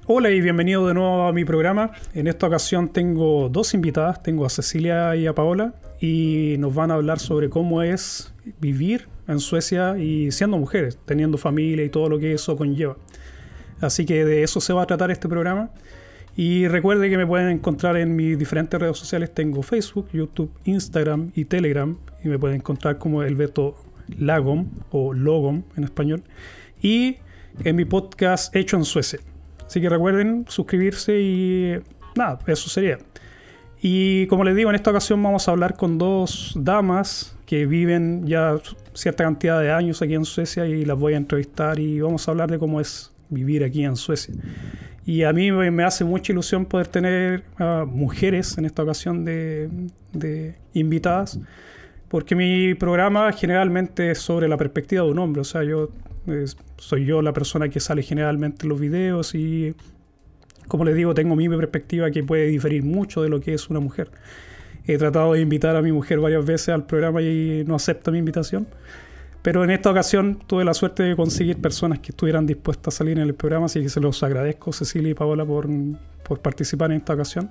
Hola y bienvenido de nuevo a mi programa. En esta ocasión tengo dos invitadas, tengo a Cecilia y a Paola, y nos van a hablar sobre cómo es vivir en Suecia y siendo mujeres, teniendo familia y todo lo que eso conlleva. Así que de eso se va a tratar este programa. Y recuerde que me pueden encontrar en mis diferentes redes sociales. Tengo Facebook, YouTube, Instagram y Telegram. Y me pueden encontrar como Helveto Lagom o Logom en español. Y en mi podcast Hecho en Suecia. Así que recuerden suscribirse y nada, eso sería. Y como les digo, en esta ocasión vamos a hablar con dos damas que viven ya cierta cantidad de años aquí en Suecia y las voy a entrevistar y vamos a hablar de cómo es vivir aquí en Suecia. Y a mí me hace mucha ilusión poder tener mujeres en esta ocasión de invitadas, porque mi programa generalmente es sobre la perspectiva de un hombre. O sea, soy yo la persona que sale generalmente en los videos y, como les digo, tengo mi perspectiva que puede diferir mucho de lo que es una mujer. He tratado de invitar a mi mujer varias veces al programa y no acepta mi invitación. Pero en esta ocasión tuve la suerte de conseguir personas que estuvieran dispuestas a salir en el programa, así que se los agradezco, Cecilia y Paola, por participar en esta ocasión.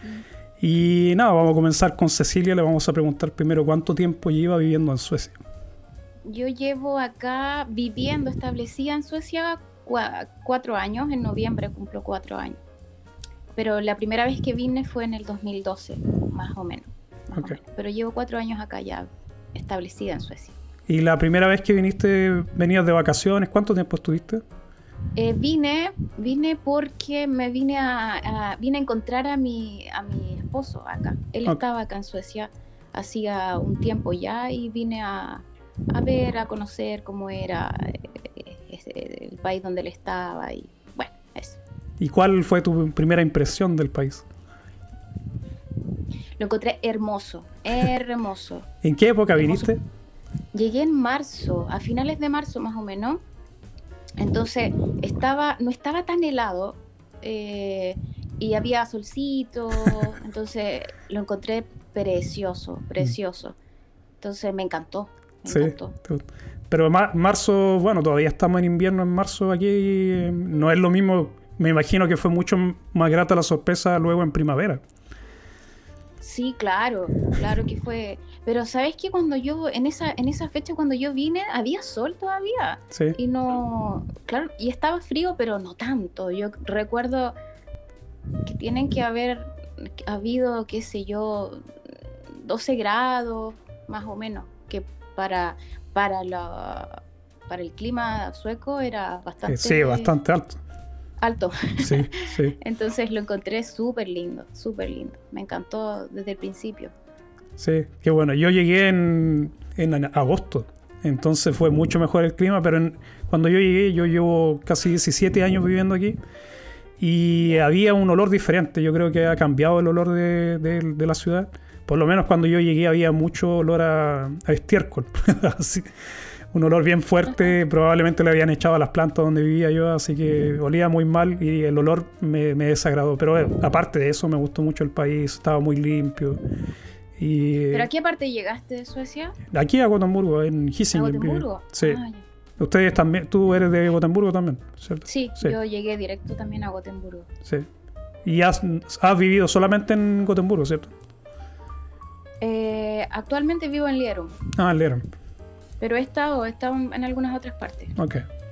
Y nada, vamos a comenzar con Cecilia. Le vamos a preguntar primero cuánto tiempo lleva viviendo en Suecia. Yo llevo acá viviendo, establecida en Suecia 4 años. En noviembre cumplo 4 años. Pero la primera vez que vine fue en el 2012, más o menos. Pero llevo 4 años acá ya establecida en Suecia. ¿Y la primera vez que venías de vacaciones? ¿Cuánto tiempo estuviste? Vine porque me vine a encontrar a mi esposo acá. Él estaba acá en Suecia hacía un tiempo ya y vine a ver, a conocer cómo era el país donde él estaba y bueno, eso. ¿Y cuál fue tu primera impresión del país? Lo encontré hermoso, hermoso. ¿En qué época viniste? Llegué en marzo, a finales de marzo más o menos. Entonces no estaba tan helado y había solcito, entonces lo encontré precioso. Entonces me encantó. Pero marzo, bueno, todavía estamos en invierno en marzo aquí, no es lo mismo. Me imagino que fue mucho más grata la sorpresa luego en primavera. Sí, claro que fue. Pero ¿sabes qué? Cuando yo, en esa fecha cuando yo vine, había sol todavía. Sí. Y no, claro, y estaba frío, pero no tanto. Yo recuerdo que tienen que haber habido, qué sé yo, 12 grados, más o menos, que para el clima sueco era bastante... Sí, bastante alto. Sí. Entonces lo encontré súper lindo. Me encantó desde el principio. Sí, qué bueno. Yo llegué en agosto, entonces fue mucho mejor el clima, pero cuando yo llegué, yo llevo casi 17 años viviendo aquí y había un olor diferente. Yo creo que ha cambiado el olor de la ciudad. Por lo menos cuando yo llegué había mucho olor a estiércol. Así, un olor bien fuerte, probablemente le habían echado a las plantas donde vivía yo, así que olía muy mal y el olor me desagradó. Pero aparte de eso, me gustó mucho el país, estaba muy limpio. ¿Pero a qué parte llegaste de Suecia? Aquí a Gotemburgo, en Hisingen. ¿A Gotemburgo? Sí. Ustedes también, tú eres de Gotemburgo también, ¿cierto? Sí, yo llegué directo también a Gotemburgo. Sí. ¿Y has vivido solamente en Gotemburgo, cierto? Actualmente vivo en Lerum. En Lerum. Pero he estado en algunas otras partes. Ok.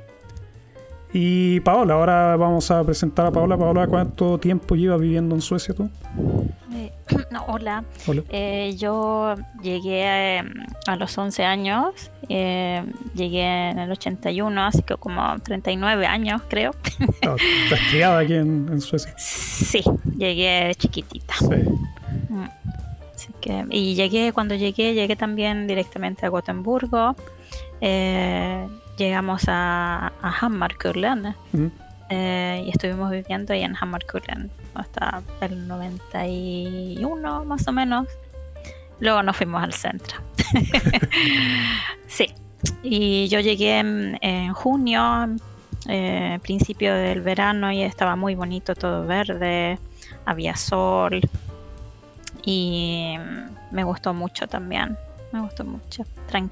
Y Paola, ahora vamos a presentar a Paola. Paola, ¿cuánto tiempo llevas viviendo en Suecia tú? Hola. Yo llegué a los 11 años. Llegué en el 81, así que como 39 años, creo. ¿Estás criada aquí en Suecia? Sí, llegué chiquitita. Sí. Así que, y cuando llegué también directamente a Gotemburgo. Llegamos a Hammarkullen. Y estuvimos viviendo ahí en Hammarkullen hasta el 91 más o menos. Luego nos fuimos al centro. Sí, y yo llegué en junio, principio del verano, y estaba muy bonito, todo verde, había sol y me gustó mucho también.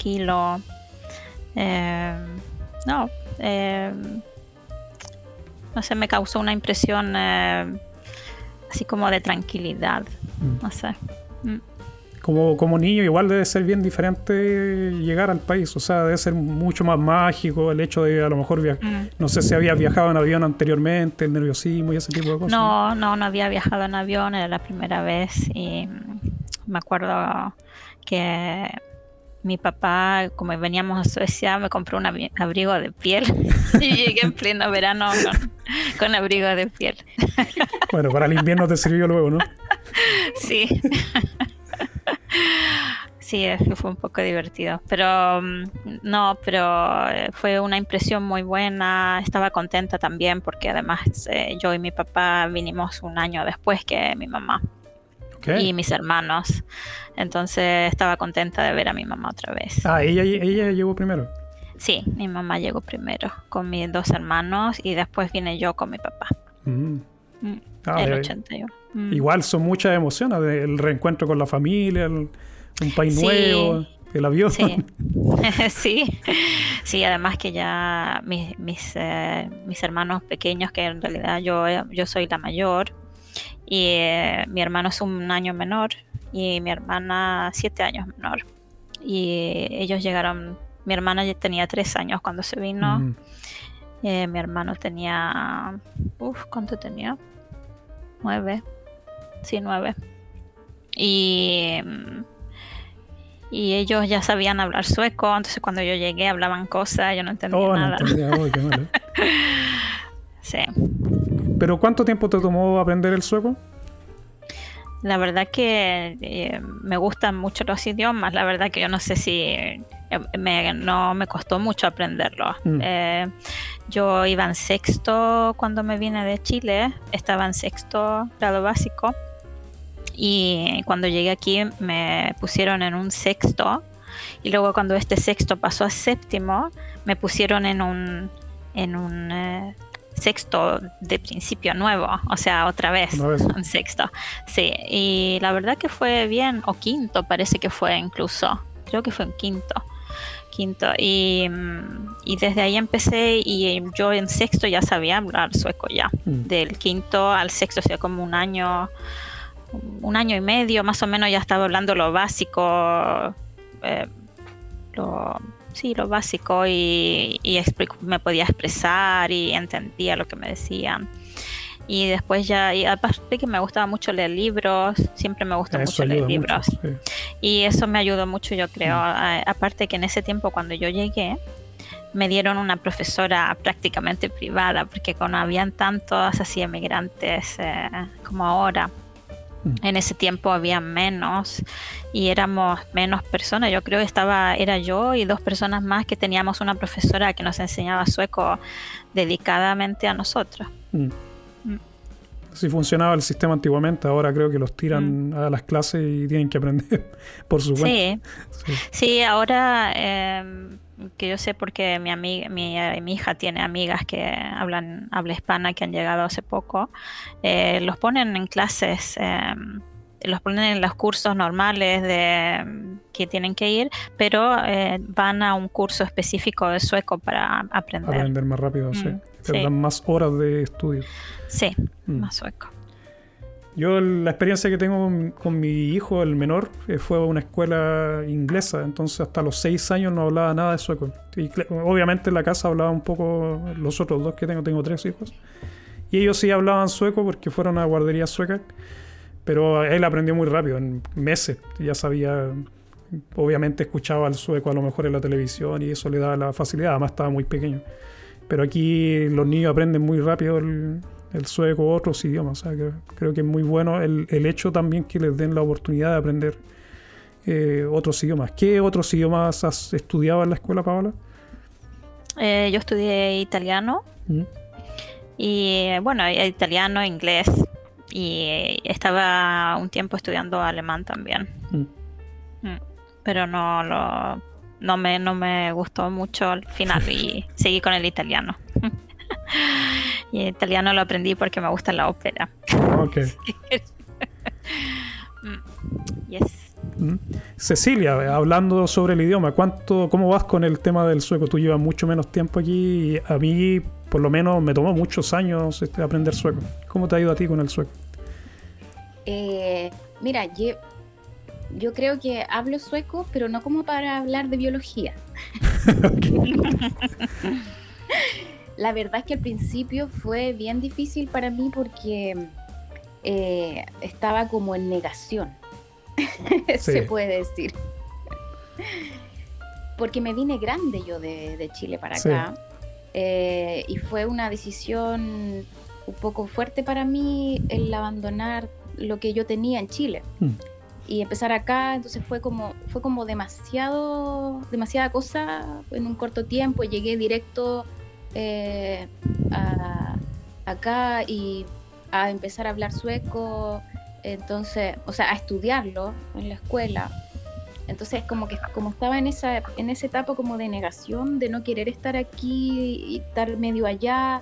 Tranquilo. no sé, me causó una impresión así como de tranquilidad, no sé. Como niño igual debe ser bien diferente llegar al país, o sea, debe ser mucho más mágico el hecho de a lo mejor no sé si habías viajado en avión anteriormente, el nerviosismo y ese tipo de cosas. No había viajado en avión, era la primera vez y me acuerdo que mi papá, como veníamos a Suecia, me compró un abrigo de piel y llegué en pleno verano con abrigo de piel. Bueno, para el invierno te sirvió luego, ¿no? Sí. Sí, fue un poco divertido, pero fue una impresión muy buena. Estaba contenta también porque además yo y mi papá vinimos un año después que mi mamá. Okay. Y mis hermanos, entonces estaba contenta de ver a mi mamá otra vez. Ella llegó primero. Sí, mi mamá llegó primero con mis 2 hermanos y después vine yo con mi papá. El 81. Igual son muchas emociones, el reencuentro con la familia, un país nuevo, el avión. Sí. Sí, además que ya mis hermanos pequeños, que en realidad yo soy la mayor, y mi hermano es un año menor y mi hermana 7 años menor, y ellos llegaron. Mi hermana ya tenía 3 años cuando se vino. Mi hermano tenía ¿cuánto tenía? 9. Sí, 9. Y ellos ya sabían hablar sueco, entonces cuando yo llegué hablaban cosas, yo no entendía nada. No entendía, qué mal, Sí. ¿Pero cuánto tiempo te tomó aprender el sueco? La verdad que me gustan mucho los idiomas. La verdad que yo no sé si no me costó mucho aprenderlo. Yo iba en sexto cuando me vine de Chile. Estaba en sexto grado básico. Y cuando llegué aquí me pusieron en un sexto. Y luego cuando este sexto pasó a séptimo, me pusieron en un sexto de principio nuevo, o sea, otra vez un sexto. Sí, y la verdad que fue bien, o quinto parece que fue incluso, creo que fue en quinto. Y desde ahí empecé, y yo en sexto ya sabía hablar sueco ya. Del quinto al sexto, o sea, como un año y medio más o menos, ya estaba hablando lo básico, lo básico, y me podía expresar y entendía lo que me decían. Y después y aparte que me gustaba mucho leer libros, siempre me gustó mucho leer libros. Sí. Y eso me ayudó mucho, yo creo. Aparte que en ese tiempo cuando yo llegué, me dieron una profesora prácticamente privada, porque no habían tantos así emigrantes como ahora. En ese tiempo había menos y éramos menos personas. Yo creo que era yo y 2 personas más que teníamos una profesora que nos enseñaba sueco dedicadamente a nosotros. Así funcionaba el sistema antiguamente. Ahora creo que los tiran a las clases y tienen que aprender por su cuenta. Sí, ahora que yo sé porque mi hija tiene amigas que habla hispana que han llegado hace poco. Los ponen en clases, los ponen en los cursos normales que tienen que ir, pero van a un curso específico de sueco para aprender. Aprender más rápido, sí. Te dan más horas de estudio. Sí, más sueco. Yo la experiencia que tengo con mi hijo, el menor, fue una escuela inglesa, entonces hasta los 6 años no hablaba nada de sueco. Y obviamente en la casa hablaba un poco los otros 2 que tengo 3 hijos. Y ellos sí hablaban sueco porque fueron a guarderías suecas, pero él aprendió muy rápido, en meses. Ya sabía, obviamente escuchaba el sueco a lo mejor en la televisión y eso le daba la facilidad, además estaba muy pequeño. Pero aquí los niños aprenden muy rápido el sueco u otros idiomas. O sea, creo que es muy bueno el hecho también que les den la oportunidad de aprender otros idiomas. ¿Qué otros idiomas has estudiado en la escuela, Paola? Yo estudié italiano. Y bueno, italiano, inglés, y estaba un tiempo estudiando alemán también. Pero no me gustó mucho al final y seguí con el italiano. Y el italiano lo aprendí porque me gusta la ópera. Okay. Yes. Cecilia, hablando sobre el idioma, ¿cómo vas con el tema del sueco? Tú llevas mucho menos tiempo aquí y a mí, por lo menos me tomó muchos años aprender sueco. ¿Cómo te ha ido a ti con el sueco? Mira, yo creo que hablo sueco, pero no como para hablar de biología. La verdad es que al principio fue bien difícil para mí porque estaba como en negación, se puede decir. Porque me vine grande yo de Chile para acá. Y fue una decisión un poco fuerte para mí el abandonar lo que yo tenía en Chile y empezar acá. Entonces fue como demasiada cosa en un corto tiempo. Llegué directo acá y a empezar a hablar sueco, entonces, o sea, a estudiarlo en la escuela. Entonces como estaba en esa etapa como de negación, de no querer estar aquí y estar medio allá,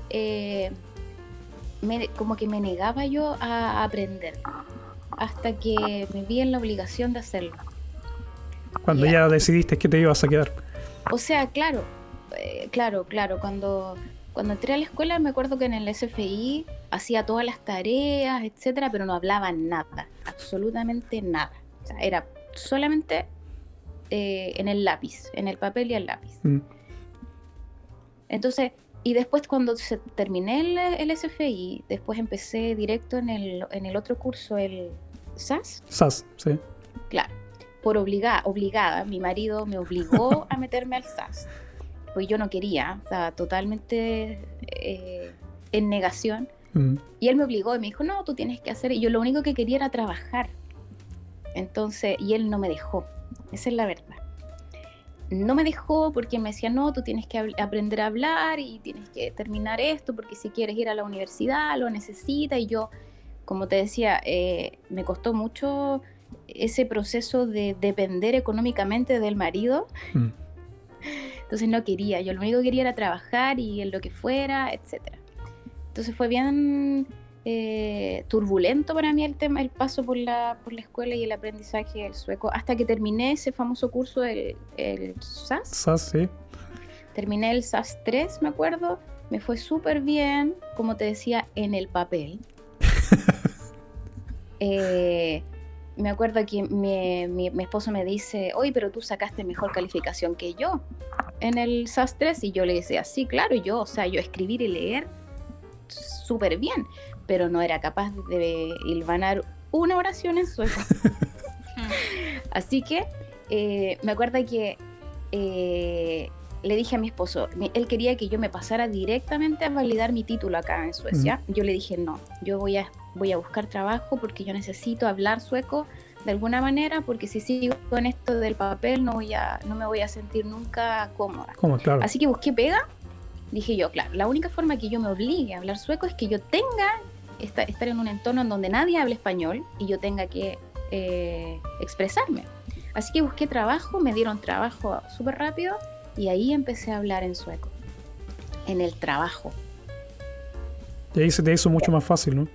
como que me negaba yo a aprender, hasta que me vi en la obligación de hacerlo. Cuando ya decidiste que te ibas a quedar. O sea, claro, cuando entré a la escuela me acuerdo que en el SFI hacía todas las tareas, etcétera, pero no hablaba nada, absolutamente nada. O sea, era solamente en el lápiz, en el papel y el lápiz. Entonces, y después cuando terminé el SFI, después empecé directo en el otro curso, el SAS. SAS, sí. Claro, por obligada, mi marido me obligó a meterme al SAS. Pues yo no quería, estaba totalmente en negación. Y él me obligó y me dijo, no, tú tienes que hacer. Y yo lo único que quería era trabajar. Entonces, y él no me dejó. Esa es la verdad. No me dejó porque me decía, no, tú tienes que aprender a hablar y tienes que terminar esto porque si quieres ir a la universidad lo necesitas. Y yo, como te decía, me costó mucho ese proceso de depender económicamente del marido. Entonces no quería, yo lo único que quería era trabajar y en lo que fuera, etcétera. Entonces fue bien turbulento para mí el paso por la escuela y el aprendizaje del sueco, hasta que terminé ese famoso curso, el SAS. SAS, sí. Terminé el SAS 3, me acuerdo, me fue súper bien, como te decía, en el papel. Me acuerdo que mi esposo me dice, oye, pero tú sacaste mejor calificación que yo en el SAS 3, y yo le decía, sí, claro, yo escribir y leer súper bien, pero no era capaz de hilvanar una oración en sueco. Así que me acuerdo que le dije a mi esposo, él quería que yo me pasara directamente a validar mi título acá en Suecia. Yo le dije, no, yo voy a buscar trabajo porque yo necesito hablar sueco de alguna manera, porque si sigo con esto del papel no me voy a sentir nunca cómoda. Claro. Así que busqué pega. Dije yo, claro, la única forma que yo me obligue a hablar sueco es que yo tenga estar en un entorno en donde nadie hable español y yo tenga que expresarme. Así que busqué trabajo, me dieron trabajo súper rápido y ahí empecé a hablar en sueco, en el trabajo. Y ahí se te hizo mucho más fácil, ¿no?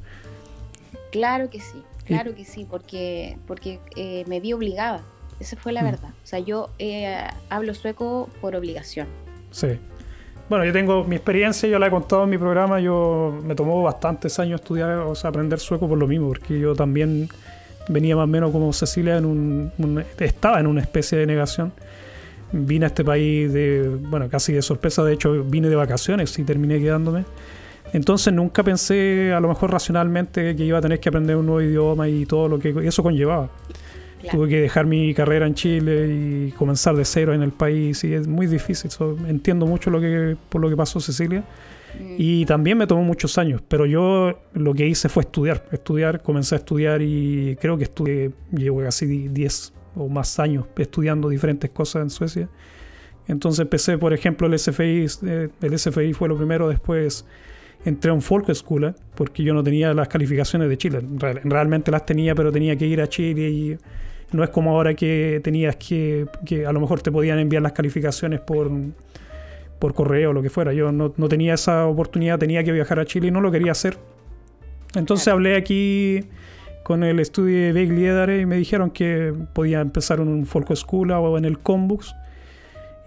Claro que sí, porque me vi obligada, esa fue la verdad. O sea, yo hablo sueco por obligación. Sí. Bueno, yo tengo mi experiencia, yo la he contado en mi programa. Me tomó bastantes años estudiar, o sea, aprender sueco por lo mismo, porque yo también venía más o menos como Cecilia, estaba en una especie de negación. Vine a este país casi de sorpresa. De hecho, vine de vacaciones y terminé quedándome. Entonces nunca pensé, a lo mejor racionalmente, que iba a tener que aprender un nuevo idioma y todo lo que eso conllevaba. Claro. Tuve que dejar mi carrera en Chile y comenzar de cero en el país, y es muy difícil. Entiendo mucho por lo que pasó Cecilia. Y también me tomó muchos años, pero yo lo que hice fue estudiar, comencé a estudiar y creo que llevo casi 10 o más años estudiando diferentes cosas en Suecia. Entonces empecé, por ejemplo, el SFI fue lo primero. Después entré a un folkhögskola porque yo no tenía las calificaciones de Chile. Realmente las tenía, pero tenía que ir a Chile, y no es como ahora que tenías que a lo mejor te podían enviar las calificaciones por correo o lo que fuera. Yo no tenía esa oportunidad, tenía que viajar a Chile y no lo quería hacer. Entonces hablé aquí con el estudio de Vägledare y me dijeron que podía empezar en un folkhögskola o en el Komvux.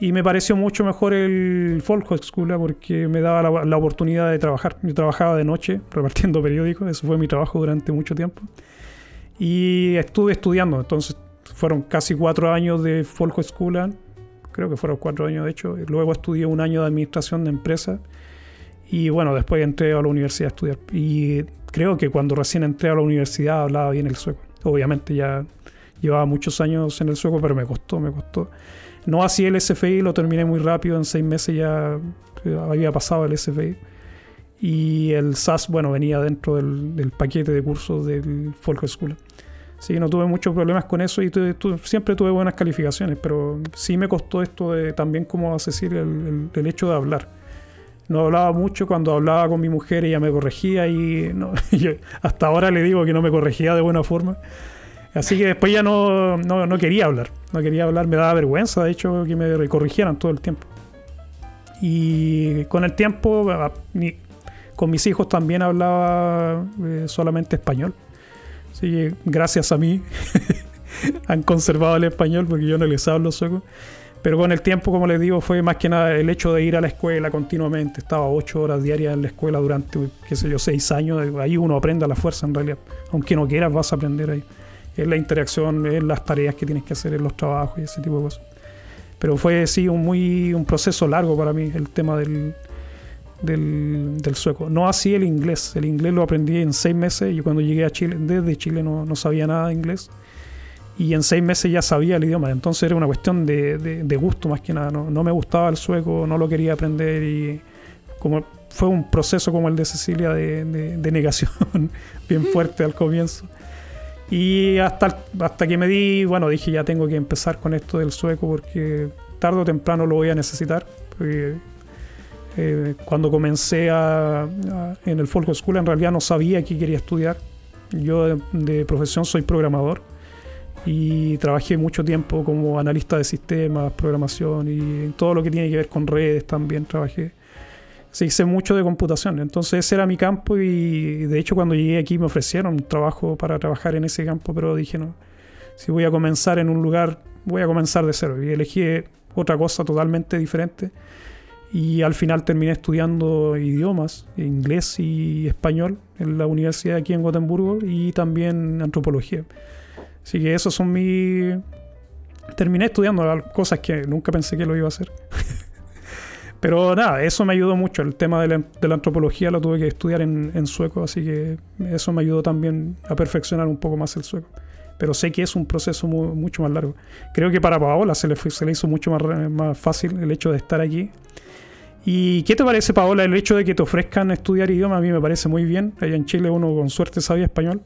Y me pareció mucho mejor el Volkshochschule porque me daba la oportunidad de trabajar. Yo trabajaba de noche repartiendo periódicos, eso fue mi trabajo durante mucho tiempo. Y estuve estudiando, entonces fueron casi 4 años de Volkshochschule, creo que fueron 4 años de hecho. Luego estudié 1 año de administración de empresas y bueno, después entré a la universidad a estudiar. Y creo que cuando recién entré a la universidad hablaba bien el sueco. Obviamente ya llevaba muchos años en el sueco, pero me costó. No así el SFI, lo terminé muy rápido, en 6 meses ya había pasado el SFI. Y el SAS, bueno, venía dentro del paquete de cursos del Volkshochschule. Así que no tuve muchos problemas con eso y siempre tuve buenas calificaciones, pero sí me costó esto de también, como a Cecilia, el hecho de hablar. No hablaba mucho, cuando hablaba con mi mujer ella me corregía y no, yo hasta ahora le digo que no me corregía de buena forma. Así que después ya no quería hablar. No quería hablar, me daba vergüenza, de hecho, que me corrigieran todo el tiempo. Y con el tiempo, con mis hijos también hablaba solamente español. Así que gracias a mí han conservado el español porque yo no les hablo sueco. Pero con el tiempo, como les digo, fue más que nada el hecho de ir a la escuela continuamente. Estaba 8 horas diarias en la escuela durante, 6 años. Ahí uno aprende a la fuerza en realidad. Aunque no quieras, vas a aprender ahí. Es la interacción, es las tareas que tienes que hacer, en los trabajos y ese tipo de cosas. Pero fue sí un proceso largo para mí el tema del sueco. No así el inglés. El inglés lo aprendí en 6 meses. Yo cuando llegué a Chile, desde Chile no sabía nada de inglés. Y en 6 meses ya sabía el idioma. Entonces era una cuestión de gusto más que nada. No me gustaba el sueco, no lo quería aprender. Y como fue un proceso como el de Cecilia de negación bien fuerte al comienzo. Y hasta que me dije ya tengo que empezar con esto del sueco porque tarde o temprano lo voy a necesitar. Porque, cuando comencé en el Volkshochschule en realidad no sabía qué quería estudiar. Yo de profesión soy programador y trabajé mucho tiempo como analista de sistemas, programación y todo lo que tiene que ver con redes también trabajé. Se hice mucho de computación, entonces ese era mi campo y de hecho cuando llegué aquí me ofrecieron un trabajo para trabajar en ese campo, pero dije no, si voy a comenzar en un lugar voy a comenzar de cero y elegí otra cosa totalmente diferente y al final terminé estudiando idiomas, inglés y español en la universidad aquí en Gotemburgo y también antropología. Así que esos son terminé estudiando cosas que nunca pensé que lo iba a hacer. Pero nada, eso me ayudó mucho. El tema de la antropología lo tuve que estudiar en sueco, así que eso me ayudó también a perfeccionar un poco más el sueco. Pero sé que es un proceso mucho más largo. Creo que para Paola se le hizo mucho más fácil el hecho de estar aquí. ¿Y qué te parece, Paola, el hecho de que te ofrezcan estudiar idioma? A mí me parece muy bien. Allá en Chile uno con suerte sabía español.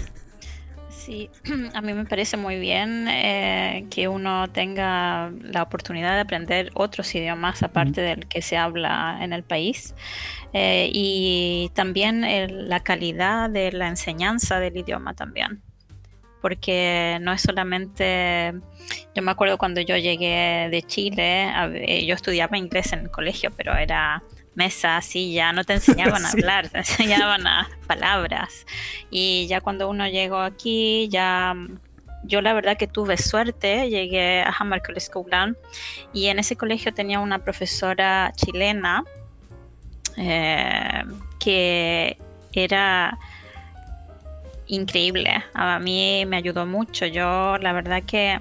Sí, a mí me parece muy bien que uno tenga la oportunidad de aprender otros idiomas aparte del que se habla en el país y también la calidad de la enseñanza del idioma también, porque no es solamente, yo me acuerdo cuando yo llegué de Chile, yo estudiaba inglés en el colegio, pero era mesa, silla, no te enseñaban a hablar, te enseñaban a palabras. Y ya cuando uno llegó aquí, yo la verdad que tuve suerte, llegué a Hammarkulleskolan y en ese colegio tenía una profesora chilena que era increíble. A mí me ayudó mucho. Yo la verdad que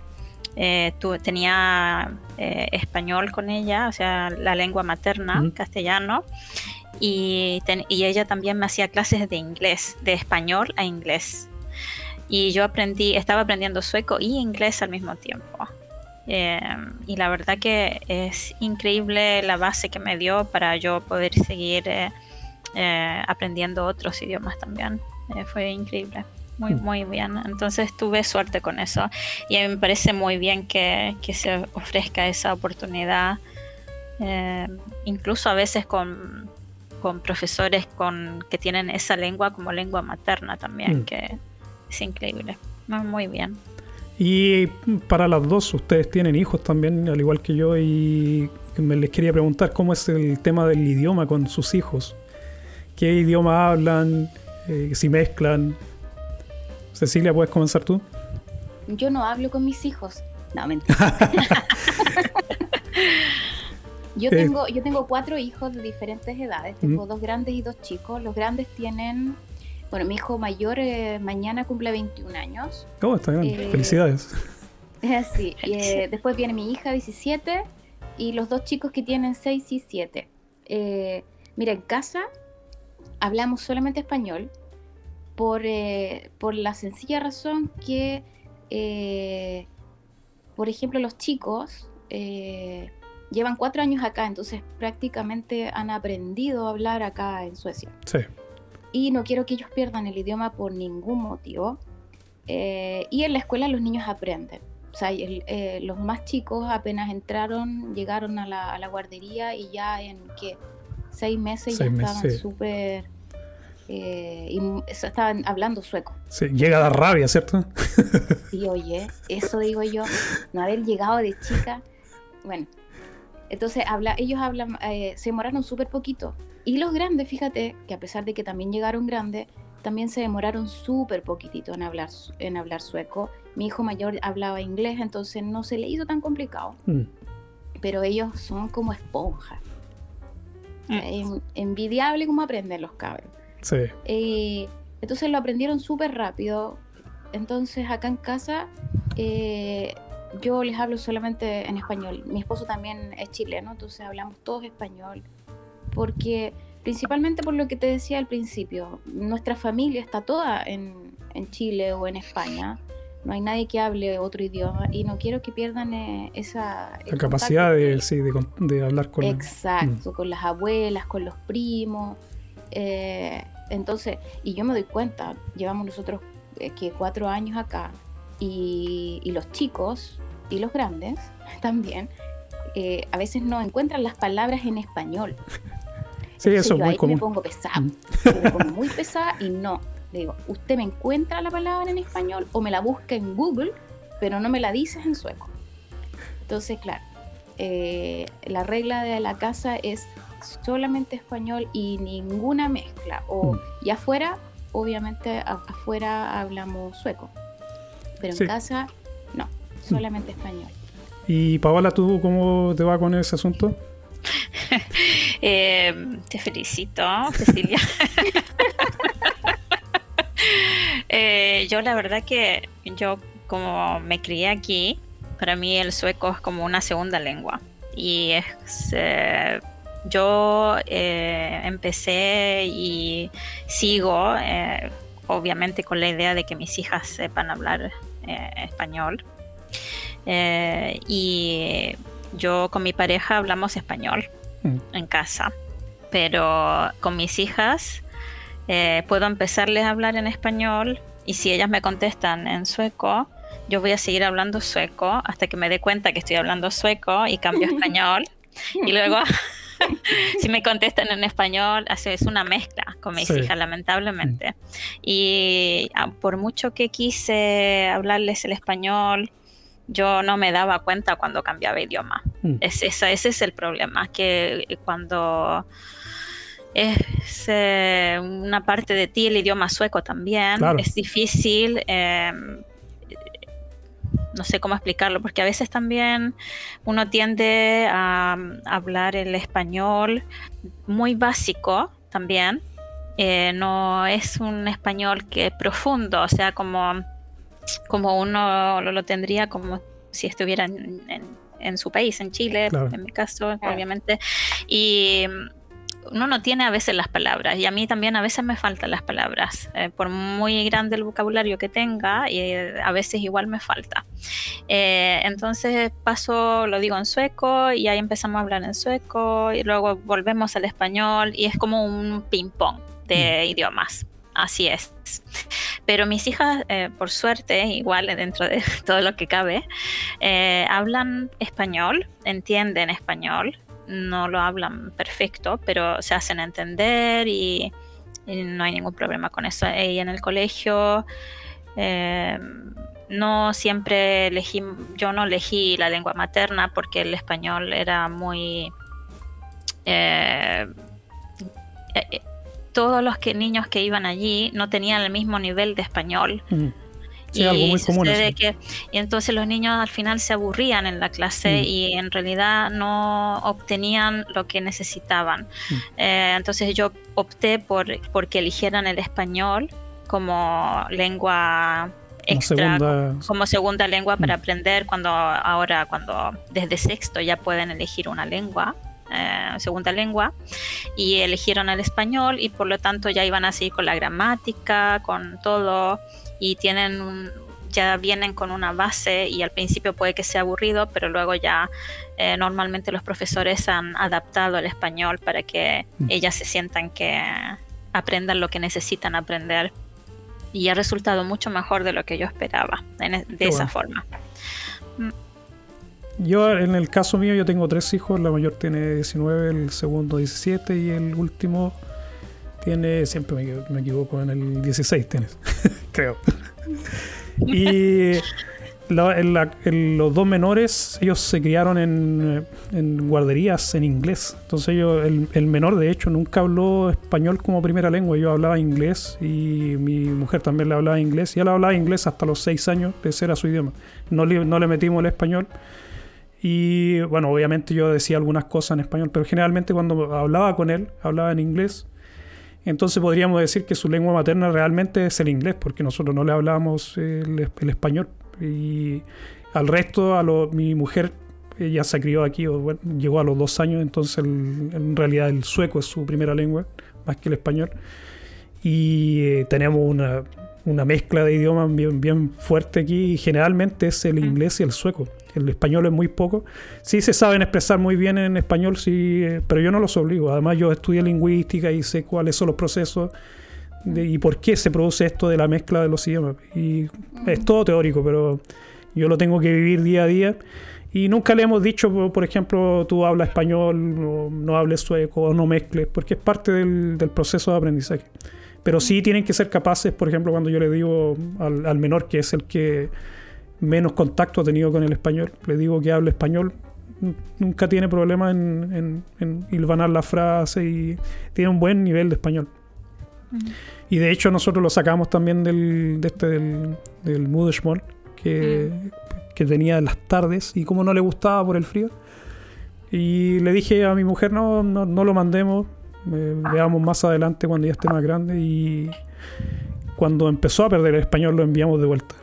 tenía español con ella, o sea, la lengua materna, castellano, y ella también me hacía clases de inglés, de español a inglés. Y yo estaba aprendiendo sueco y inglés al mismo tiempo. Y la verdad que es increíble la base que me dio para yo poder seguir aprendiendo otros idiomas también. Fue increíble. Muy bien, entonces tuve suerte con eso y a mí me parece muy bien que se ofrezca esa oportunidad, incluso a veces con profesores que tienen esa lengua como lengua materna también, que es increíble, muy bien. Y para las dos, ustedes tienen hijos también, al igual que yo, y les quería preguntar cómo es el tema del idioma con sus hijos, qué idioma hablan, si mezclan. Cecilia, ¿puedes comenzar tú? Yo no hablo con mis hijos. No, mentira. Yo tengo 4 hijos de diferentes edades. Tengo 2 grandes y 2 chicos. Los grandes tienen... Bueno, mi hijo mayor mañana cumple 21 años. Oh, está bien. Felicidades. Sí. Después viene mi hija, 17. Y los 2 chicos que tienen 6 y 7. Mira, en casa hablamos solamente español. Por la sencilla razón que, por ejemplo, los chicos... llevan 4 años acá, entonces prácticamente han aprendido a hablar acá en Suecia. Sí. Y no quiero que ellos pierdan el idioma por ningún motivo. Y en la escuela los niños aprenden. O sea, los más chicos apenas llegaron a la guardería y ya en 6 meses ya estaban súper... estaban hablando sueco. Sí, llega a dar rabia, ¿cierto? Sí, oye, eso digo yo, no haber llegado de chica. Bueno, entonces ellos hablan, se demoraron súper poquito. Y los grandes, fíjate, que a pesar de que también llegaron grandes, también se demoraron súper poquitito en hablar sueco. Mi hijo mayor hablaba inglés, entonces no se le hizo tan complicado. Pero ellos son como esponjas. Es envidiable cómo aprenden los cabros. Sí. Entonces lo aprendieron súper rápido. Entonces acá en casa... yo les hablo solamente en español. Mi esposo también es chileno, entonces hablamos todos español. Porque, principalmente por lo que te decía al principio, nuestra familia está toda en Chile o en España. No hay nadie que hable otro idioma y no quiero que pierdan esa la capacidad de hablar con... Exacto, con las abuelas, con los primos. Entonces, y yo me doy cuenta, llevamos nosotros 4 años acá. Y los chicos y los grandes también a veces no encuentran las palabras en español. Sí, eso es muy común. Me pongo pesada. Me pongo muy pesada y no. Le digo, usted me encuentra la palabra en español o me la busca en Google, pero no me la dices en sueco. Entonces, claro, la regla de la casa es solamente español y ninguna mezcla. Y afuera, obviamente, afuera hablamos sueco. Pero en casa, no, solamente español. Y Paola, ¿tú cómo te va con ese asunto? Te felicito, Cecilia. Yo la verdad que yo como me crié aquí, para mí el sueco es como una segunda lengua. Y yo empecé y sigo, obviamente con la idea de que mis hijas sepan hablar español. Y yo con mi pareja hablamos español en casa, pero con mis hijas puedo empezarles a hablar en español y si ellas me contestan en sueco, yo voy a seguir hablando sueco hasta que me dé cuenta que estoy hablando sueco y cambio a español y luego si me contestan en español, es una mezcla con mis hijas, lamentablemente. Y por mucho que quise hablarles el español, yo no me daba cuenta cuando cambiaba idioma. Ese es el problema, que cuando es una parte de ti el idioma sueco también, es difícil, no sé cómo explicarlo, porque a veces también uno tiende a hablar el español muy básico también, no es un español que es profundo, o sea, como uno lo tendría como si estuviera en su país, en Chile, en mi caso, obviamente, y uno no tiene a veces las palabras, y a mí también a veces me faltan las palabras, por muy grande el vocabulario que tenga, y a veces igual me falta. Entonces lo digo en sueco, y ahí empezamos a hablar en sueco, y luego volvemos al español, y es como un ping-pong de idiomas. Así es. Pero mis hijas, por suerte, igual dentro de todo lo que cabe, hablan español, entienden español, no lo hablan perfecto, pero se hacen entender y no hay ningún problema con eso. Y en el colegio no siempre yo no elegí la lengua materna porque el español era muy... todos los niños que iban allí no tenían el mismo nivel de español Sí, algo muy común eso. Y entonces los niños al final se aburrían en la clase y en realidad no obtenían lo que necesitaban. Entonces yo opté porque eligieran el español como lengua extra, como segunda lengua para aprender, cuando desde sexto ya pueden elegir una lengua, segunda lengua, y eligieron el español y por lo tanto ya iban a seguir con la gramática, con todo, y ya vienen con una base, y al principio puede que sea aburrido, pero luego ya normalmente los profesores han adaptado el español para que ellas se sientan que aprendan lo que necesitan aprender, y ha resultado mucho mejor de lo que yo esperaba de esa forma. Yo, en el caso mío, yo tengo 3 hijos. La mayor tiene 19, el segundo 17 y el último tiene, siempre me equivoco, en el 16 tienes, creo. Y los 2 menores, ellos se criaron en guarderías en inglés. Entonces el menor, de hecho, nunca habló español como primera lengua. Yo hablaba inglés y mi mujer también le hablaba inglés. Y él hablaba inglés hasta los 6 años, ese era su idioma. No le metimos el español. Y bueno, obviamente yo decía algunas cosas en español, pero generalmente cuando hablaba con él, hablaba en inglés. Entonces podríamos decir que su lengua materna realmente es el inglés, porque nosotros no le hablábamos el español. Y al resto, mi mujer, ella se crió aquí, llegó a los 2 años, entonces en realidad el sueco es su primera lengua, más que el español. Y tenemos una mezcla de idiomas bien fuerte aquí, y generalmente es el inglés y el sueco. El español es muy poco. Sí se saben expresar muy bien en español, sí, pero yo no los obligo. Además, yo estudié lingüística y sé cuáles son los procesos y por qué se produce esto de la mezcla de los idiomas. Y es todo teórico, pero yo lo tengo que vivir día a día. Y nunca le hemos dicho, por ejemplo, tú hablas español, o no hables sueco, o no mezcles, porque es parte del proceso de aprendizaje. Pero sí tienen que ser capaces, por ejemplo, cuando yo le digo al menor, que es el que menos contacto ha tenido con el español, le digo que hable español, nunca tiene problema en hilvanar la frase y tiene un buen nivel de español. Y de hecho nosotros lo sacamos también del Modersmål que tenía en las tardes, y como no le gustaba por el frío, y le dije a mi mujer, no lo mandemos, veamos más adelante cuando ya esté más grande. Y cuando empezó a perder el español lo enviamos de vuelta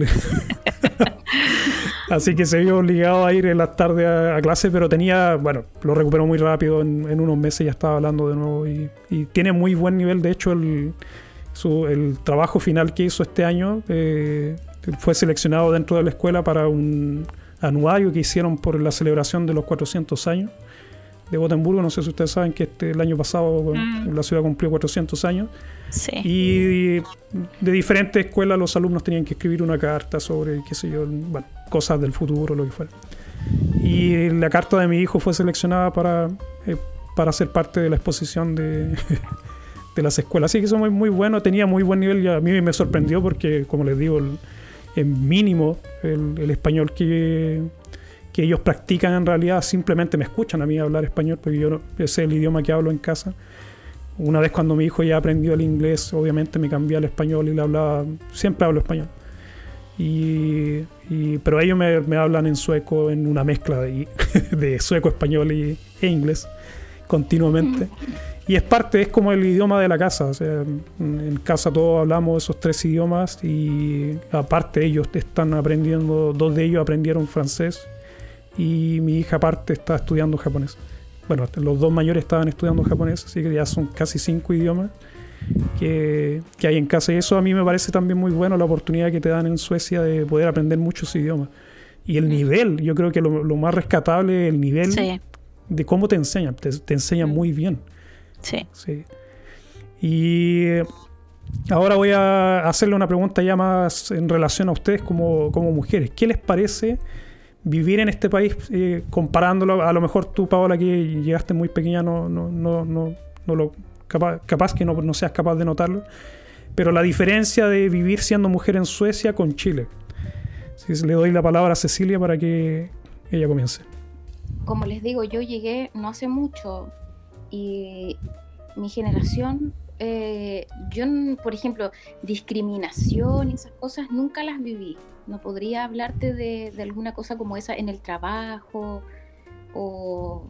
así que se vio obligado a ir en las tardes a clase, pero lo recuperó muy rápido, en unos meses ya estaba hablando de nuevo y tiene muy buen nivel. De hecho el trabajo final que hizo este año fue seleccionado dentro de la escuela para un anuario que hicieron por la celebración de los 400 años de Gotemburgo. No sé si ustedes saben que el año pasado la ciudad cumplió 400 años. Sí. Y de diferentes escuelas los alumnos tenían que escribir una carta sobre, qué sé yo, cosas del futuro, lo que fuera. Y la carta de mi hijo fue seleccionada para ser parte de la exposición de las escuelas. Así que eso es muy, muy bueno, tenía muy buen nivel, y a mí me sorprendió porque, como les digo, en mínimo el español que ellos practican, en realidad simplemente me escuchan a mí hablar español, porque yo ese es el idioma que hablo en casa. Una vez cuando mi hijo ya aprendió el inglés, obviamente me cambié al español y le hablaba, siempre hablo español. Pero ellos me hablan en sueco, en una mezcla de sueco, español e inglés continuamente. Y es como el idioma de la casa. O sea, en casa todos hablamos esos 3 idiomas, y aparte ellos están aprendiendo, 2 de ellos aprendieron francés, y mi hija aparte está estudiando japonés. Bueno, los 2 mayores estaban estudiando japonés, así que ya son casi 5 idiomas que hay en casa. Y eso a mí me parece también muy bueno, la oportunidad que te dan en Suecia de poder aprender muchos idiomas. Y el nivel, yo creo que lo más rescatable es el nivel de cómo te enseñan. Te enseñan muy bien. Sí. Y ahora voy a hacerle una pregunta ya más en relación a ustedes como mujeres. ¿Qué les parece vivir en este país, comparándolo? A lo mejor tú, Paola, que llegaste muy pequeña, capaz que no seas capaz de notarlo, pero la diferencia de vivir siendo mujer en Suecia con Chile. Le doy la palabra a Cecilia para que ella comience. Como les digo, yo llegué no hace mucho, y mi generación yo, por ejemplo, discriminación y esas cosas nunca las viví. No podría hablarte de alguna cosa como esa en el trabajo o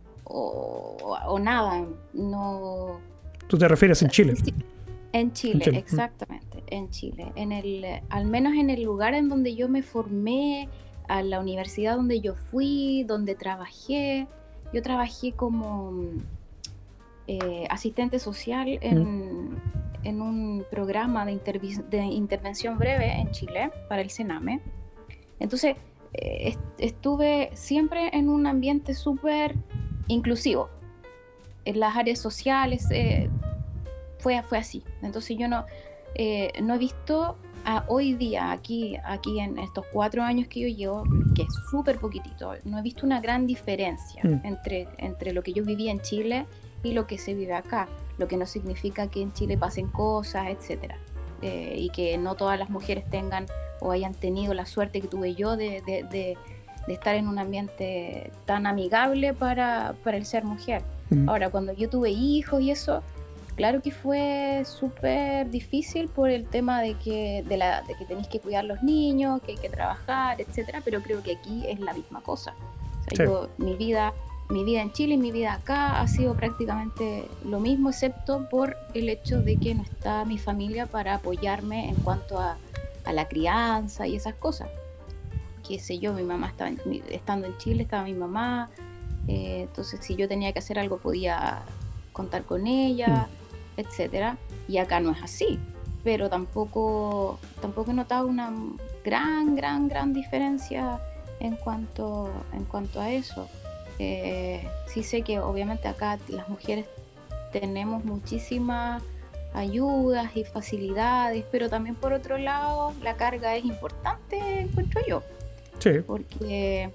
nada. No. ¿Tú te refieres en Chile? Sí, en Chile, exactamente, en Chile. Al menos en el lugar en donde yo me formé, a la universidad donde yo fui, donde trabajé. Yo trabajé como asistente social en un programa de intervención breve en Chile para el Sename. Entonces, estuve siempre en un ambiente súper inclusivo. En las áreas sociales fue así. Entonces yo no he visto hoy día, aquí en estos 4 años que yo llevo, que es súper poquitito, no he visto una gran diferencia entre lo que yo vivía en Chile y lo que se vive acá, lo que no significa que en Chile pasen cosas, etcétera, y que no todas las mujeres tengan o hayan tenido la suerte que tuve yo de estar en un ambiente tan amigable para el ser mujer. Ahora, cuando yo tuve hijos y eso, claro que fue súper difícil por el tema de que tenéis que cuidar los niños, que hay que trabajar, etcétera, pero creo que aquí es la misma cosa. O sea, mi vida en Chile y mi vida acá ha sido prácticamente lo mismo, excepto por el hecho de que no está mi familia para apoyarme en cuanto a la crianza y esas cosas. Qué sé yo, mi mamá estando en Chile, estaba mi mamá, entonces si yo tenía que hacer algo podía contar con ella, etcétera, y acá no es así, pero tampoco he notado una gran diferencia en cuanto a eso. Sí sé que obviamente acá las mujeres tenemos muchísimas ayudas y facilidades, pero también por otro lado la carga es importante, encuentro yo. Sí. Porque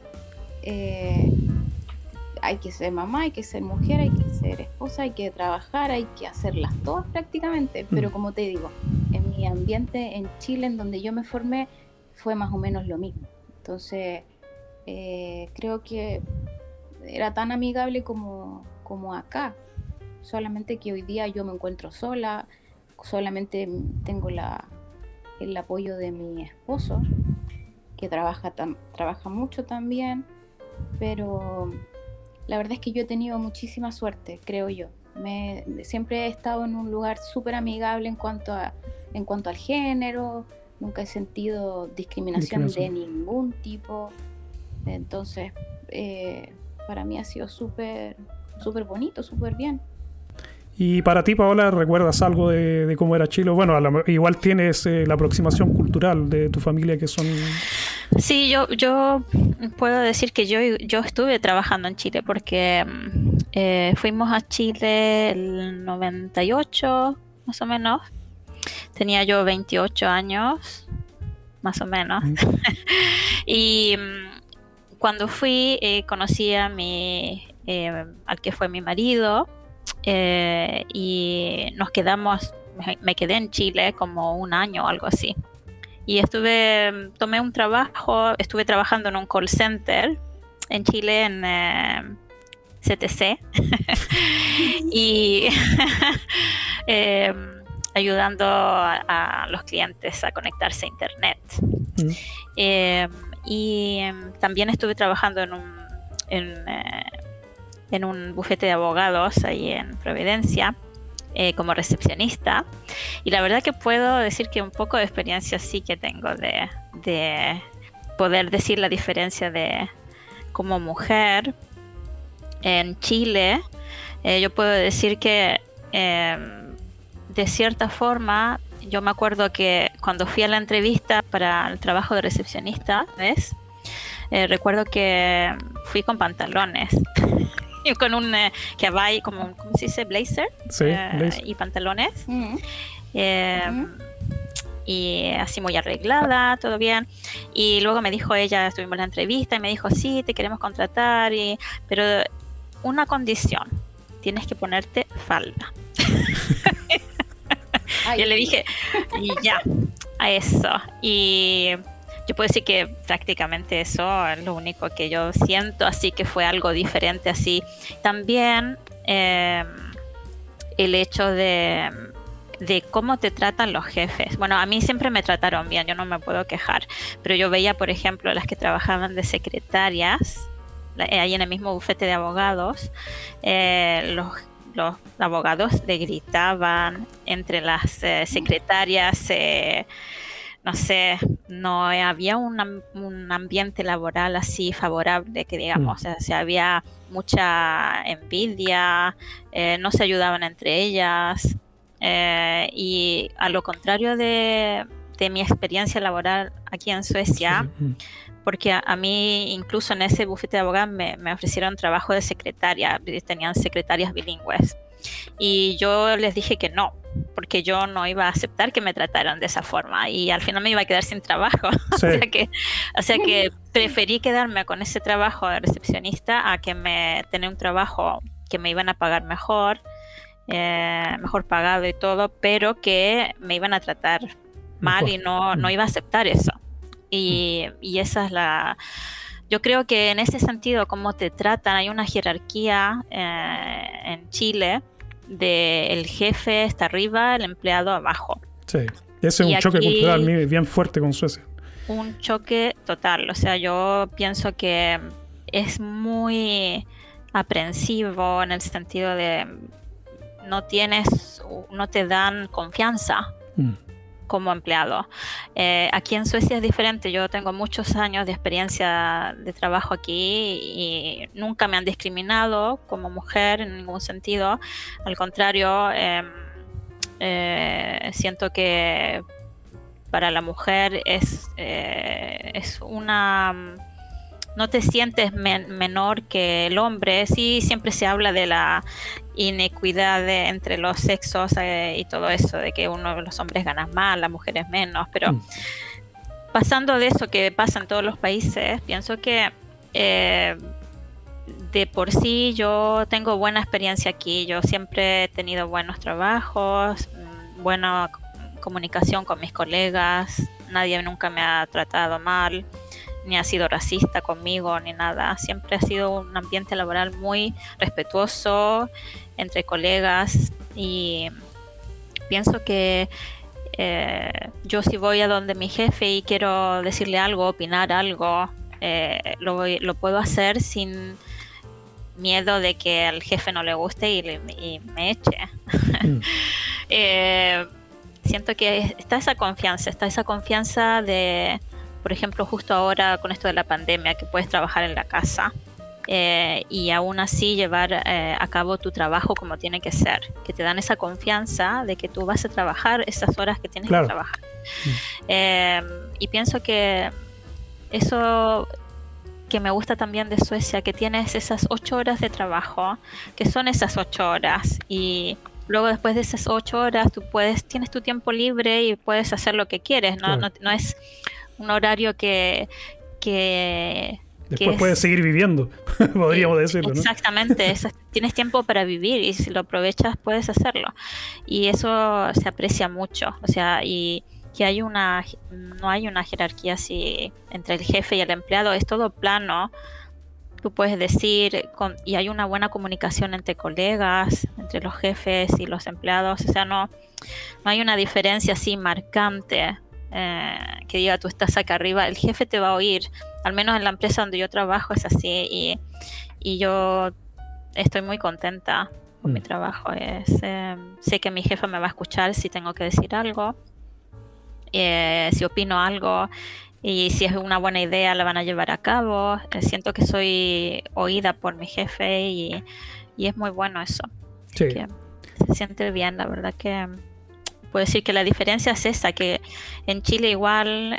hay que ser mamá, hay que ser mujer, hay que ser esposa, hay que trabajar, hay que hacerlas todas prácticamente, pero como te digo, en mi ambiente en Chile, en donde yo me formé, fue más o menos lo mismo. Entonces creo que era tan amigable como acá, solamente que hoy día yo me encuentro sola, solamente tengo el apoyo de mi esposo, que trabaja mucho también, pero la verdad es que yo he tenido muchísima suerte, creo yo. Siempre he estado en un lugar súper amigable en cuanto al género, nunca he sentido discriminación de ningún tipo, entonces para mí ha sido súper bonito, súper bien. Y para ti, Paola, ¿recuerdas algo de cómo era Chile? Bueno, igual tienes la aproximación cultural de tu familia que son... Sí, yo puedo decir que yo estuve trabajando en Chile porque fuimos a Chile el 98, más o menos. Tenía yo 28 años, más o menos. Y cuando fui, conocí a al que fue mi marido. Y me quedé en Chile como un año o algo así, y tomé un trabajo, estuve trabajando en un call center en Chile, en CTC y ayudando a los clientes a conectarse a internet. Y también estuve trabajando en un bufete de abogados ahí en Providencia, como recepcionista, y la verdad que puedo decir que un poco de experiencia sí que tengo de poder decir la diferencia de como mujer en Chile. Yo puedo decir que de cierta forma, yo me acuerdo que cuando fui a la entrevista para el trabajo de recepcionista, recuerdo que fui con pantalones y con un caballo, ¿cómo se dice? Blazer. Sí, blazer. Y pantalones. Y así muy arreglada, todo bien. Y luego me dijo ella, estuvimos en la entrevista y me dijo, sí, te queremos contratar, pero una condición, tienes que ponerte falda. Yo le dije, y ya, a eso. Y yo puedo decir que prácticamente eso es lo único que yo siento, así que fue algo diferente así. También el hecho de cómo te tratan los jefes. Bueno, a mí siempre me trataron bien, yo no me puedo quejar, pero yo veía, por ejemplo, las que trabajaban de secretarias, ahí en el mismo bufete de abogados, los abogados le gritaban entre las secretarias, no sé, no había un ambiente laboral así favorable, que digamos, o sea, había mucha envidia, no se ayudaban entre ellas, y a lo contrario de mi experiencia laboral aquí en Suecia, porque a mí incluso en ese bufete de abogados me ofrecieron trabajo de secretaria, tenían secretarias bilingües, y yo les dije que no, porque yo no iba a aceptar que me trataran de esa forma y al final me iba a quedar sin trabajo. Sí. o sea que preferí quedarme con ese trabajo de recepcionista a que tener un trabajo que me iban a pagar mejor pagado y todo, pero que me iban a tratar mal y no iba a aceptar eso. Y esa es yo creo que en ese sentido, cómo te tratan, hay una jerarquía en Chile del jefe está arriba, el empleado abajo. Sí, ese es un choque cultural bien fuerte con Suecia. Un choque total, o sea, yo pienso que es muy aprensivo en el sentido de no te dan confianza como empleado. Aquí en Suecia es diferente. Yo tengo muchos años de experiencia de trabajo aquí y nunca me han discriminado como mujer en ningún sentido. Al contrario, siento que para la mujer es una... No te sientes menor que el hombre. Sí, siempre se habla de la inequidad entre los sexos y todo eso, de que los hombres ganan más, las mujeres menos, pero pasando de eso que pasa en todos los países, pienso que de por sí yo tengo buena experiencia aquí. Yo siempre he tenido buenos trabajos, buena comunicación con mis colegas, nadie nunca me ha tratado mal, ni ha sido racista conmigo, ni nada. Siempre ha sido un ambiente laboral muy respetuoso entre colegas y pienso que yo si voy a donde mi jefe y quiero decirle algo, opinar algo, lo puedo hacer sin miedo de que al jefe no le guste y me eche. Siento que está esa confianza de... Por ejemplo, justo ahora con esto de la pandemia, que puedes trabajar en la casa y aún así llevar a cabo tu trabajo como tiene que ser, que te dan esa confianza de que tú vas a trabajar esas horas que tienes que trabajar. Y pienso que eso que me gusta también de Suecia, que tienes esas 8 horas de trabajo, que son esas 8 horas y luego después de esas 8 horas tienes tu tiempo libre y puedes hacer lo que quieres, no es un horario que después puedes seguir viviendo, podríamos decirlo, ¿no? Exactamente, tienes tiempo para vivir y si lo aprovechas puedes hacerlo. Y eso se aprecia mucho, o sea, y que no hay una jerarquía así entre el jefe y el empleado, es todo plano. Tú puedes decir, y hay una buena comunicación entre colegas, entre los jefes y los empleados, o sea, no hay una diferencia así marcante. Que diga tú estás acá arriba, el jefe te va a oír, al menos en la empresa donde yo trabajo es así y yo estoy muy contenta con mi trabajo. Sé que mi jefa me va a escuchar si tengo que decir algo, si opino algo y si es una buena idea la van a llevar a cabo. Siento que soy oída por mi jefe y es muy bueno eso. Sí. Que se siente bien, la verdad que puedo decir que la diferencia es esa, que en Chile igual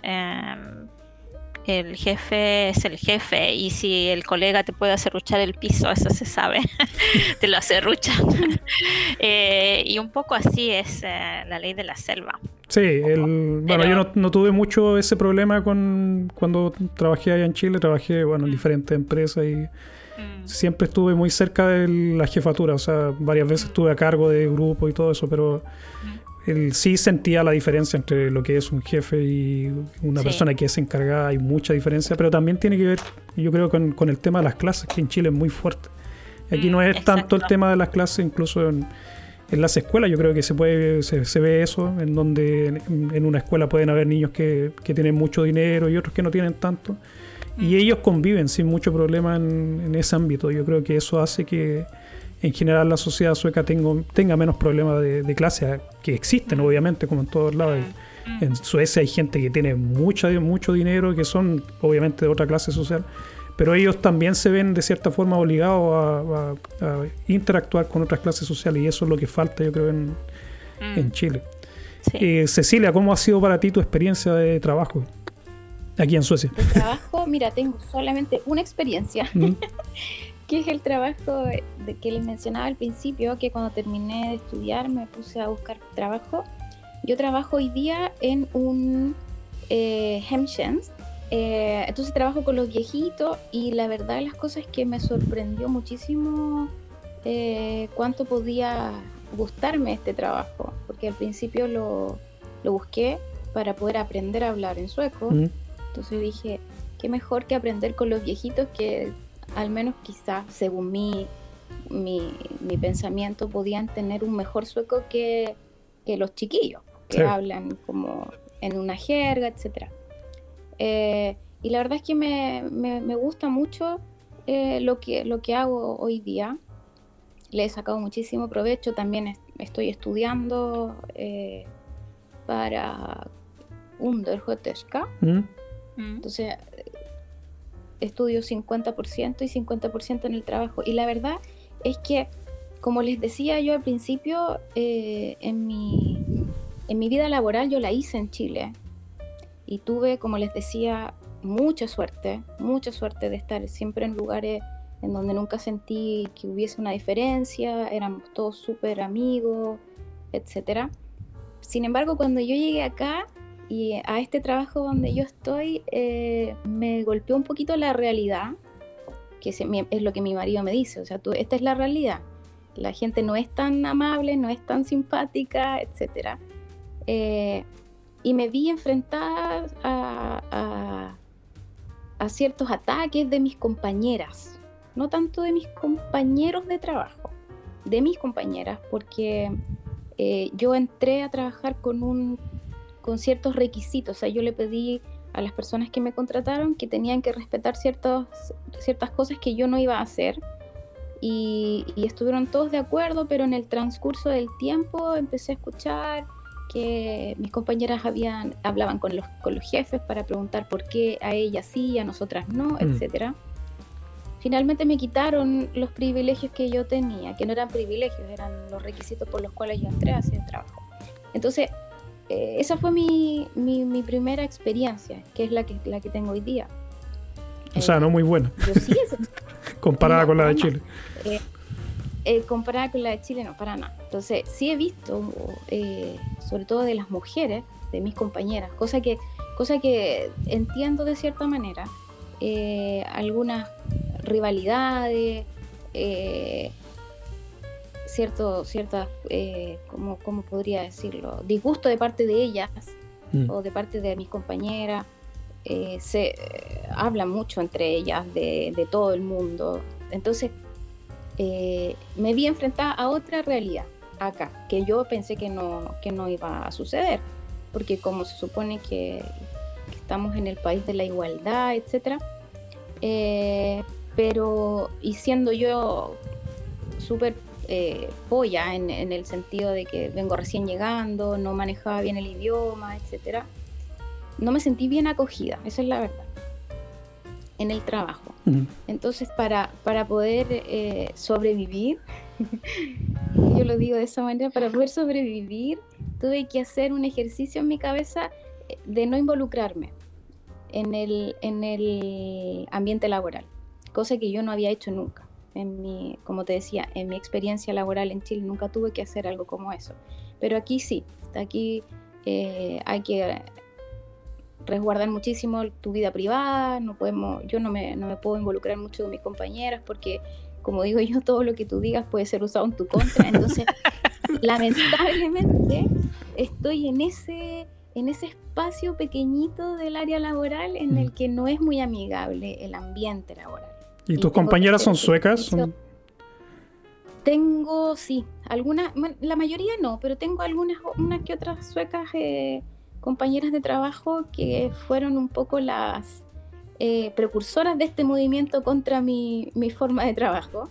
el jefe es el jefe y si el colega te puede serruchar el piso, eso se sabe, te lo serruchan. Y un poco así es la ley de la selva. Sí, yo no tuve mucho ese problema cuando trabajé allá en Chile, trabajé en diferentes empresas y siempre estuve muy cerca de la jefatura, o sea, varias veces estuve a cargo de grupo y todo eso, pero sí sentía la diferencia entre lo que es un jefe y una persona que es encargada. Hay mucha diferencia, pero también tiene que ver, yo creo, con el tema de las clases, que en Chile es muy fuerte. Aquí no es tanto el tema de las clases, incluso en en las escuelas yo creo que se ve eso, en donde en una escuela pueden haber niños que tienen mucho dinero y otros que no tienen tanto. Y ellos conviven sin mucho problema en ese ámbito. Yo creo que eso hace que en general la sociedad sueca tenga menos problemas de clase, que existen obviamente como en todos lados. En Suecia hay gente que tiene mucho dinero, que son obviamente de otra clase social, pero ellos también se ven de cierta forma obligados a interactuar con otras clases sociales, y eso es lo que falta yo creo en Chile. Sí. Cecilia, ¿cómo ha sido para ti tu experiencia de trabajo aquí en Suecia? De trabajo, mira, tengo solamente una experiencia, que es el trabajo que les mencionaba al principio, que cuando terminé de estudiar me puse a buscar trabajo. Yo trabajo hoy día en un hemtjänst, entonces trabajo con los viejitos, y la verdad las cosas que me sorprendió muchísimo cuánto podía gustarme este trabajo, porque al principio lo busqué para poder aprender a hablar en sueco. Entonces dije, qué mejor que aprender con los viejitos, que al menos quizás según mi pensamiento podían tener un mejor sueco que los chiquillos que hablan como en una jerga, etc. Y la verdad es que me gusta mucho lo que hago hoy día. Le he sacado muchísimo provecho. También estoy estudiando para undersköterska. Entonces estudio 50% y 50% en el trabajo. Y la verdad es que, como les decía yo al principio, en mi vida laboral yo la hice en Chile. Y tuve, como les decía, mucha suerte de estar siempre en lugares en donde nunca sentí que hubiese una diferencia, éramos todos súper amigos, etc. Sin embargo, cuando yo llegué acá y a este trabajo donde yo estoy, me golpeó un poquito la realidad, que es lo que mi marido me dice, o sea, esta es la realidad, la gente no es tan amable, no es tan simpática, etc. Y me vi enfrentada a ciertos ataques de mis compañeras, no tanto de mis compañeros de trabajo, de mis compañeras, porque yo entré a trabajar con ciertos requisitos. O sea, yo le pedí a las personas que me contrataron que tenían que respetar ciertas cosas que yo no iba a hacer, y estuvieron todos de acuerdo, pero en el transcurso del tiempo empecé a escuchar que mis compañeras hablaban con los jefes para preguntar por qué a ellas sí y a nosotras no, etc. Finalmente me quitaron los privilegios que yo tenía, que no eran privilegios, eran los requisitos por los cuales yo entré a hacer el trabajo. Entonces, esa fue mi primera experiencia, que es la que tengo hoy día. O sea, no muy buena. Yo sí comparada con la de Chile. Comparada con la de Chile, no, para nada. Entonces, sí he visto, sobre todo de las mujeres, de mis compañeras, cosa que entiendo de cierta manera, algunas rivalidades, ciertas, ¿cómo podría decirlo? Disgusto de parte de ellas o de parte de mis compañeras. Se hablan mucho entre ellas de todo el mundo. Entonces, me vi enfrentada a otra realidad acá, que yo pensé que no iba a suceder, porque como se supone que estamos en el país de la igualdad, etc. Pero, y siendo yo súper polla en el sentido de que vengo recién llegando, no manejaba bien el idioma, etc., no me sentí bien acogida, esa es la verdad, en el trabajo. Entonces, para poder sobrevivir, yo lo digo de esa manera, para poder sobrevivir tuve que hacer un ejercicio en mi cabeza de no involucrarme en el ambiente laboral, cosa que yo no había hecho nunca. Como te decía, en mi experiencia laboral en Chile nunca tuve que hacer algo como eso, pero aquí sí, aquí hay que resguardar muchísimo tu vida privada. Yo no me puedo involucrar mucho con mis compañeras, porque, como digo yo, todo lo que tú digas puede ser usado en tu contra. Entonces, lamentablemente, estoy en ese espacio pequeñito del área laboral en el que no es muy amigable el ambiente laboral. ¿Y tus compañeras son suecas? Tengo, sí, algunas, la mayoría no, pero tengo unas que otras suecas compañeras de trabajo que fueron un poco las precursoras de este movimiento contra mi forma de trabajo.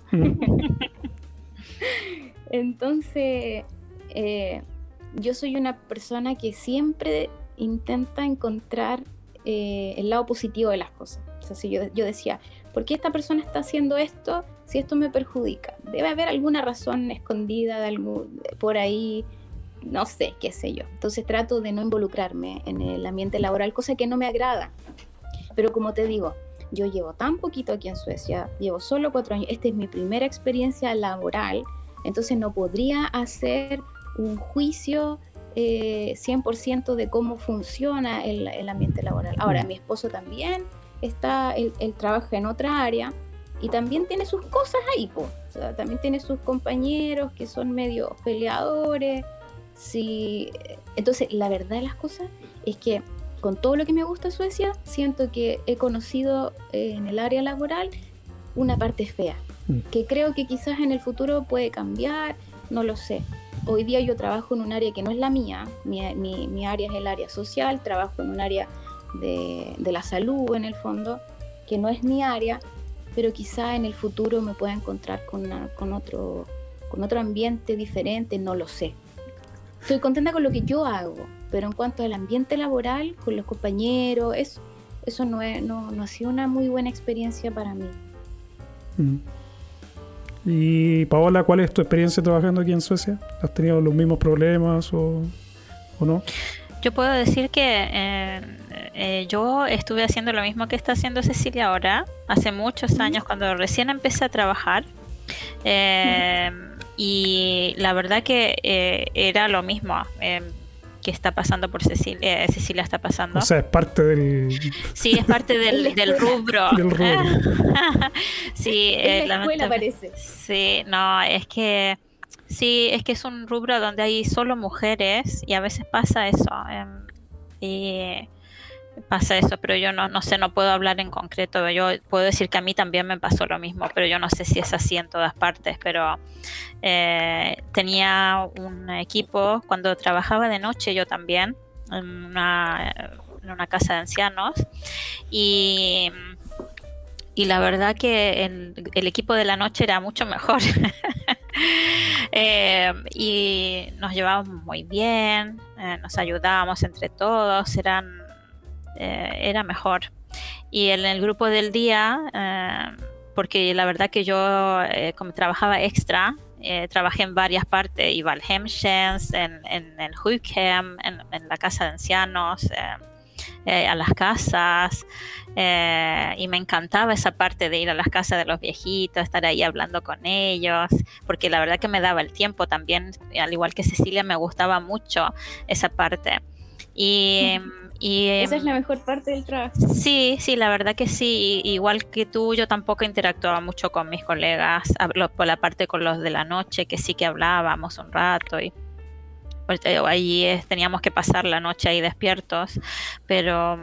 Entonces, yo soy una persona que siempre intenta encontrar el lado positivo de las cosas. O sea, si yo decía, ¿por qué esta persona está haciendo esto si esto me perjudica? Debe haber alguna razón escondida por ahí, no sé, qué sé yo. Entonces trato de no involucrarme en el ambiente laboral, cosa que no me agrada. Pero como te digo, yo llevo tan poquito aquí en Suecia, llevo solo 4 años, esta es mi primera experiencia laboral, entonces no podría hacer un juicio 100% de cómo funciona el ambiente laboral. Ahora, mi esposo también él trabaja en otra área y también tiene sus cosas ahí, po. O sea, también tiene sus compañeros que son medio peleadores. Sí. Entonces, la verdad de las cosas es que con todo lo que me gusta Suecia, siento que he conocido en el área laboral una parte fea, que creo que quizás en el futuro puede cambiar, no lo sé. Hoy día yo trabajo en un área que no es la mía, mi área es el área social, trabajo en un área de la salud en el fondo, que no es mi área, pero quizá en el futuro me pueda encontrar con otro ambiente diferente, no lo sé. Estoy contenta con lo que yo hago, pero en cuanto al ambiente laboral, con los compañeros, eso no ha sido una muy buena experiencia para mí. Y Paola, ¿cuál es tu experiencia trabajando aquí en Suecia? ¿Has tenido los mismos problemas o no? Yo puedo decir que yo estuve haciendo lo mismo que está haciendo Cecilia ahora, hace muchos años, cuando recién empecé a trabajar. Y la verdad que era lo mismo que está pasando por Cecilia. Cecilia está pasando. O sea, es parte del... Sí, es parte del rubro. Del rubro. Sí, en la escuela parece. Sí, no, es que sí, es que es un rubro donde hay solo mujeres y a veces pasa eso. Y pasa eso, pero yo no sé, no puedo hablar en concreto. Yo puedo decir que a mí también me pasó lo mismo, pero yo no sé si es así en todas partes. Pero tenía un equipo cuando trabajaba de noche, yo también en una casa de ancianos, y la verdad que el equipo de la noche era mucho mejor. Y nos llevábamos muy bien, nos ayudábamos entre todos, era mejor. Y en el grupo del día, porque la verdad que yo como trabajaba extra, trabajé en varias partes, iba al Hemtjänst, en el Sjukhem, en la casa de ancianos, a las casas, y me encantaba esa parte de ir a las casas de los viejitos, estar ahí hablando con ellos, porque la verdad que me daba el tiempo también, al igual que Cecilia, me gustaba mucho esa parte. Y esa es la mejor parte del trabajo. Sí, la verdad que sí. Igual que tú, yo tampoco interactuaba mucho con mis colegas, por la parte con los de la noche, que sí que hablábamos un rato y ahí teníamos que pasar la noche ahí despiertos, pero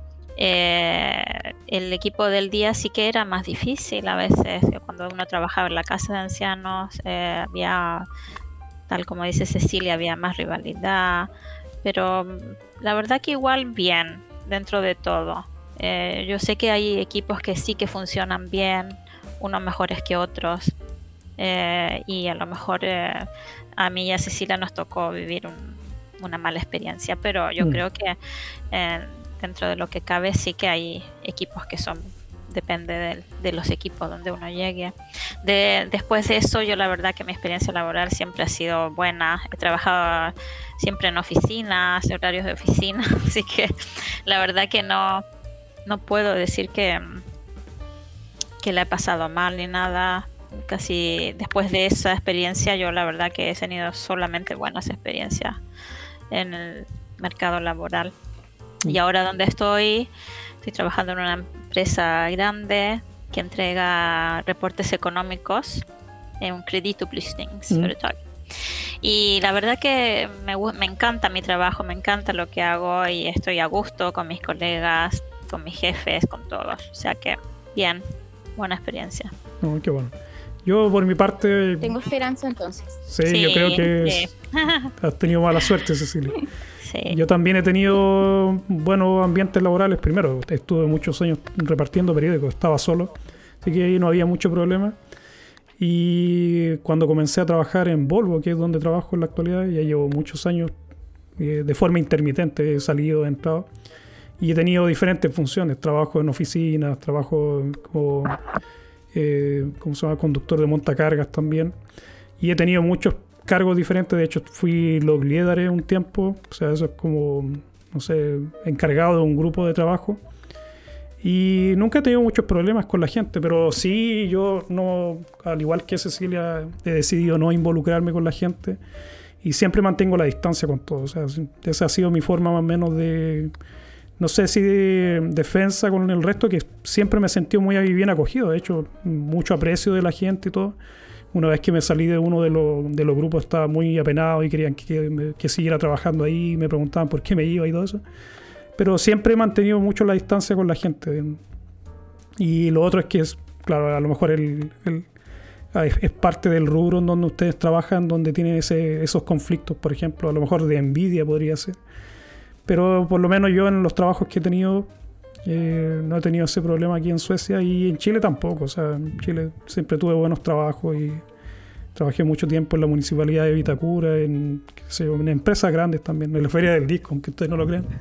el equipo del día sí que era más difícil a veces. Cuando uno trabajaba en la casa de ancianos, había, tal como dice Cecilia, había más rivalidad, pero la verdad que igual bien dentro de todo. Yo sé que hay equipos que sí que funcionan bien, unos mejores que otros, y a lo mejor a mí y a Cecilia nos tocó vivir una mala experiencia, pero yo creo que dentro de lo que cabe sí que hay equipos que depende de los equipos donde uno llegue. Después de eso, yo la verdad que mi experiencia laboral siempre ha sido buena. He trabajado siempre en oficinas, horarios de oficina, así que la verdad que no puedo decir que la he pasado mal ni nada. Casi después de esa experiencia, yo la verdad que he tenido solamente buenas experiencias en el mercado laboral. Y ahora donde estoy trabajando en una empresa grande que entrega reportes económicos en un kreditupplysningsföretag. Y la verdad que me encanta mi trabajo, me encanta lo que hago y estoy a gusto con mis colegas, con mis jefes, con todos. O sea que bien, buena experiencia. Oh, qué bueno. Yo por mi parte... Tengo esperanza entonces. Sí, yo creo que has tenido mala suerte, Cecilia. Sí. Yo también he tenido buenos ambientes laborales. Primero, estuve muchos años repartiendo periódicos, estaba solo, así que ahí no había mucho problema. Y cuando comencé a trabajar en Volvo, que es donde trabajo en la actualidad, ya llevo muchos años de forma intermitente, he salido, he entrado, y he tenido diferentes funciones. Trabajo en oficinas, trabajo como ¿cómo se llama? Conductor de montacargas también. Y he tenido muchos cargos diferentes. De hecho, fui log leader un tiempo. O sea, eso es como, no sé, encargado de un grupo de trabajo. Y nunca he tenido muchos problemas con la gente. Pero sí, yo no, al igual que Cecilia, he decidido no involucrarme con la gente. Y siempre mantengo la distancia con todo. O sea, esa ha sido mi forma más o menos de... No sé si de defensa con el resto, que siempre me he sentido muy bien acogido. De hecho, mucho aprecio de la gente y todo. Una vez que me salí de uno de los grupos, estaba muy apenado y querían que siguiera trabajando ahí. Y me preguntaban por qué me iba y todo eso. Pero siempre he mantenido mucho la distancia con la gente. Y lo otro es que, claro, a lo mejor es parte del rubro en donde ustedes trabajan, donde tienen esos conflictos, por ejemplo, a lo mejor de envidia podría ser. Pero por lo menos yo en los trabajos que he tenido no he tenido ese problema aquí en Suecia, y en Chile tampoco. O sea, en Chile siempre tuve buenos trabajos y trabajé mucho tiempo en la municipalidad de Vitacura, en empresas grandes también, en la Feria del Disco, aunque ustedes no lo crean.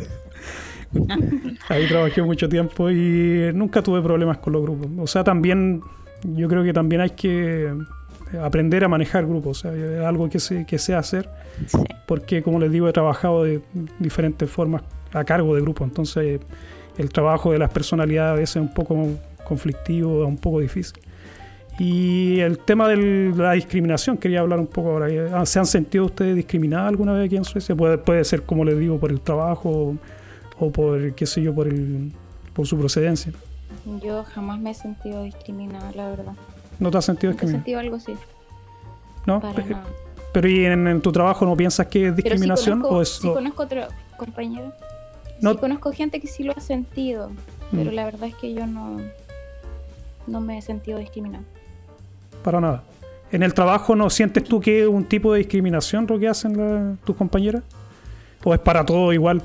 Ahí trabajé mucho tiempo y nunca tuve problemas con los grupos. O sea, también yo creo que también hay que aprender a manejar grupos. O sea, es algo que sé hacer. Sí. Porque, como les digo, he trabajado de diferentes formas a cargo de grupos. Entonces, el trabajo de las personalidades a veces es un poco conflictivo, es un poco difícil. Y el tema de la discriminación, quería hablar un poco ahora. ¿Se han sentido ustedes discriminados alguna vez aquí en Suecia? Puede ser, como les digo, por el trabajo o por, qué sé yo, por su procedencia. Yo jamás me he sentido discriminada, la verdad. ¿No te has sentido ¿Nunca he discriminada? sentido algo así? ¿No? Para nada. Pero ¿y en tu trabajo no piensas que es discriminación? Pero sí conozco otro compañero. No. Sí conozco gente que sí lo ha sentido, pero la verdad es que yo no me he sentido discriminada. Para nada. ¿En el trabajo no sientes tú que es un tipo de discriminación lo que hacen tus compañeras? ¿O es para todo igual?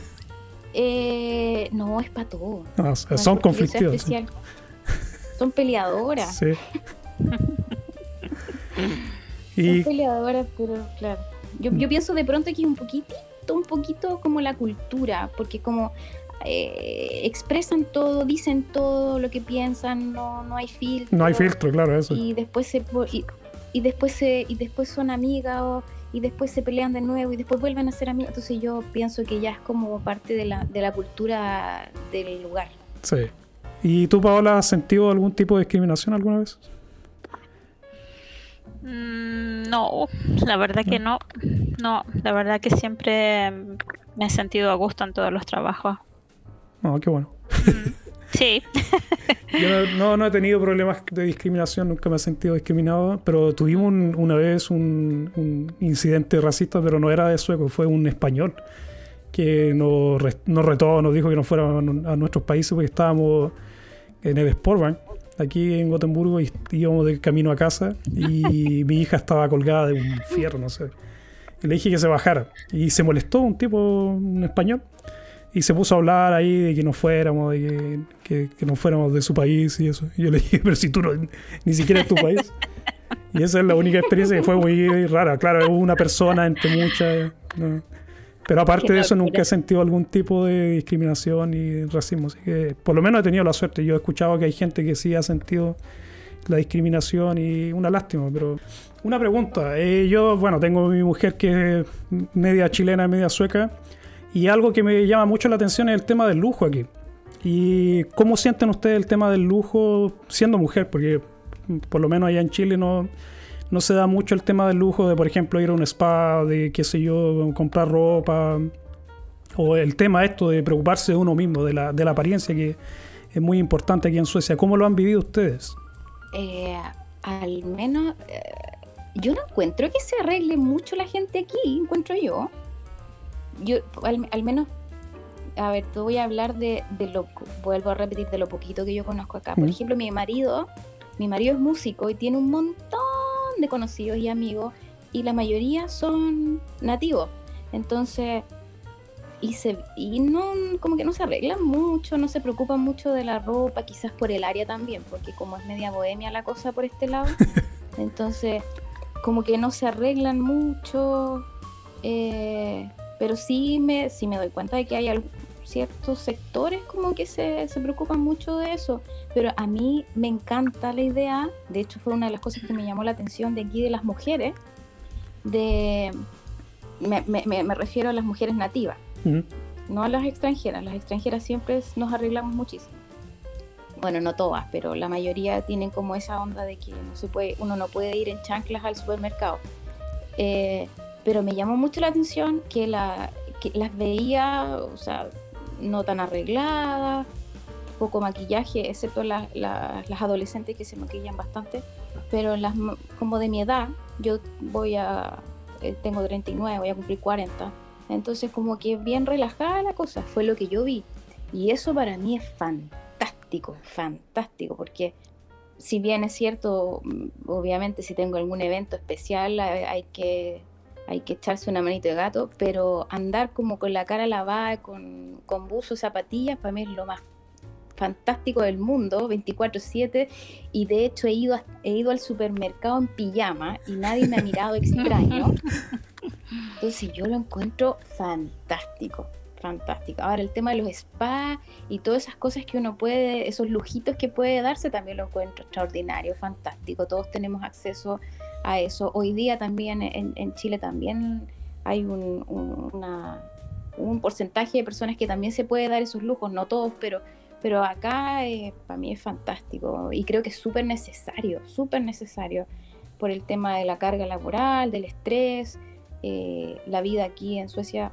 No, es para todo. No, son conflictivas. Sí. Son peleadoras. Sí. Son peleadoras, pero claro. Yo pienso de pronto que es un poquito como la cultura, porque como expresan todo, dicen todo lo que piensan, no hay filtro. No hay filtro, claro, eso. Y después después son amigas y después se pelean de nuevo y después vuelven a ser amigas. Entonces yo pienso que ya es como parte de la cultura del lugar. Sí. ¿Y tú, Paola, has sentido algún tipo de discriminación alguna vez? No, la verdad que no. No, la verdad que siempre me he sentido a gusto en todos los trabajos. Oh, qué bueno. Sí. Yo no he tenido problemas de discriminación, nunca me he sentido discriminado, pero tuvimos una vez un incidente racista, pero no era de sueco, fue un español que nos retó, nos dijo que nos fuéramos a nuestros países porque estábamos en el Sportbank, aquí en Gotemburgo, y íbamos de camino a casa y mi hija estaba colgada de un fierro, no sé. Y le dije que se bajara y se molestó un español. Y se puso a hablar ahí de que nos fuéramos, de que nos fuéramos de su país y eso. Y yo le dije, pero si tú ni siquiera es tu país. Y esa es la única experiencia que fue muy rara. Claro, hubo una persona entre muchas, ¿no? Pero aparte de eso, nunca he sentido algún tipo de discriminación ni racismo. Así que por lo menos he tenido la suerte. Yo he escuchado que hay gente que sí ha sentido la discriminación y una lástima. Pero una pregunta. Yo, tengo mi mujer que es media chilena, media sueca. Y algo que me llama mucho la atención es el tema del lujo aquí. ¿Y cómo sienten ustedes el tema del lujo siendo mujer? Porque por lo menos allá en Chile no se da mucho el tema del lujo de, por ejemplo, ir a un spa, de qué sé yo, comprar ropa. O el tema esto de preocuparse de uno mismo, de la apariencia, que es muy importante aquí en Suecia. ¿Cómo lo han vivido ustedes? Al menos yo no encuentro que se arregle mucho la gente aquí, encuentro yo. Yo al menos, a ver, te voy a hablar de lo, vuelvo a repetir, de lo poquito que yo conozco acá. Por ejemplo, mi marido mi marido es músico y tiene un montón de conocidos y amigos, y la mayoría son nativos. Entonces, y no, como que no se arreglan mucho, no se preocupan mucho de la ropa, quizás por el área también, porque como es media bohemia la cosa por este lado, entonces como que no se arreglan mucho, pero sí me doy cuenta de que hay ciertos sectores como que se preocupan mucho de eso, pero a mí me encanta la idea. De hecho fue una de las cosas que me llamó la atención de aquí de las mujeres, me refiero a las mujeres nativas, no a las extranjeras siempre nos arreglamos muchísimo. Bueno, no todas, pero la mayoría tienen como esa onda de que uno no puede ir en chanclas al supermercado. Pero me llamó mucho la atención que las veía, o sea, no tan arregladas, poco maquillaje, excepto las adolescentes que se maquillan bastante, pero como de mi edad, yo tengo 39, voy a cumplir 40, entonces como que bien relajada la cosa, fue lo que yo vi, y eso para mí es fantástico, porque si bien es cierto, obviamente si tengo algún evento especial hay que echarse una manito de gato, pero andar como con la cara lavada, con buzo, zapatillas, para mí es lo más fantástico del mundo, 24/7, y de hecho he ido al supermercado en pijama y nadie me ha mirado extraño. Entonces yo lo encuentro fantástico. Ahora el tema de los spas y todas esas cosas que uno puede, esos lujitos que puede darse, también lo encuentro extraordinario, fantástico. Todos tenemos acceso a eso. Hoy día también en Chile también hay un porcentaje de personas que también se puede dar esos lujos, no todos, pero acá para mí es fantástico y creo que es súper necesario por el tema de la carga laboral, del estrés. La vida aquí en Suecia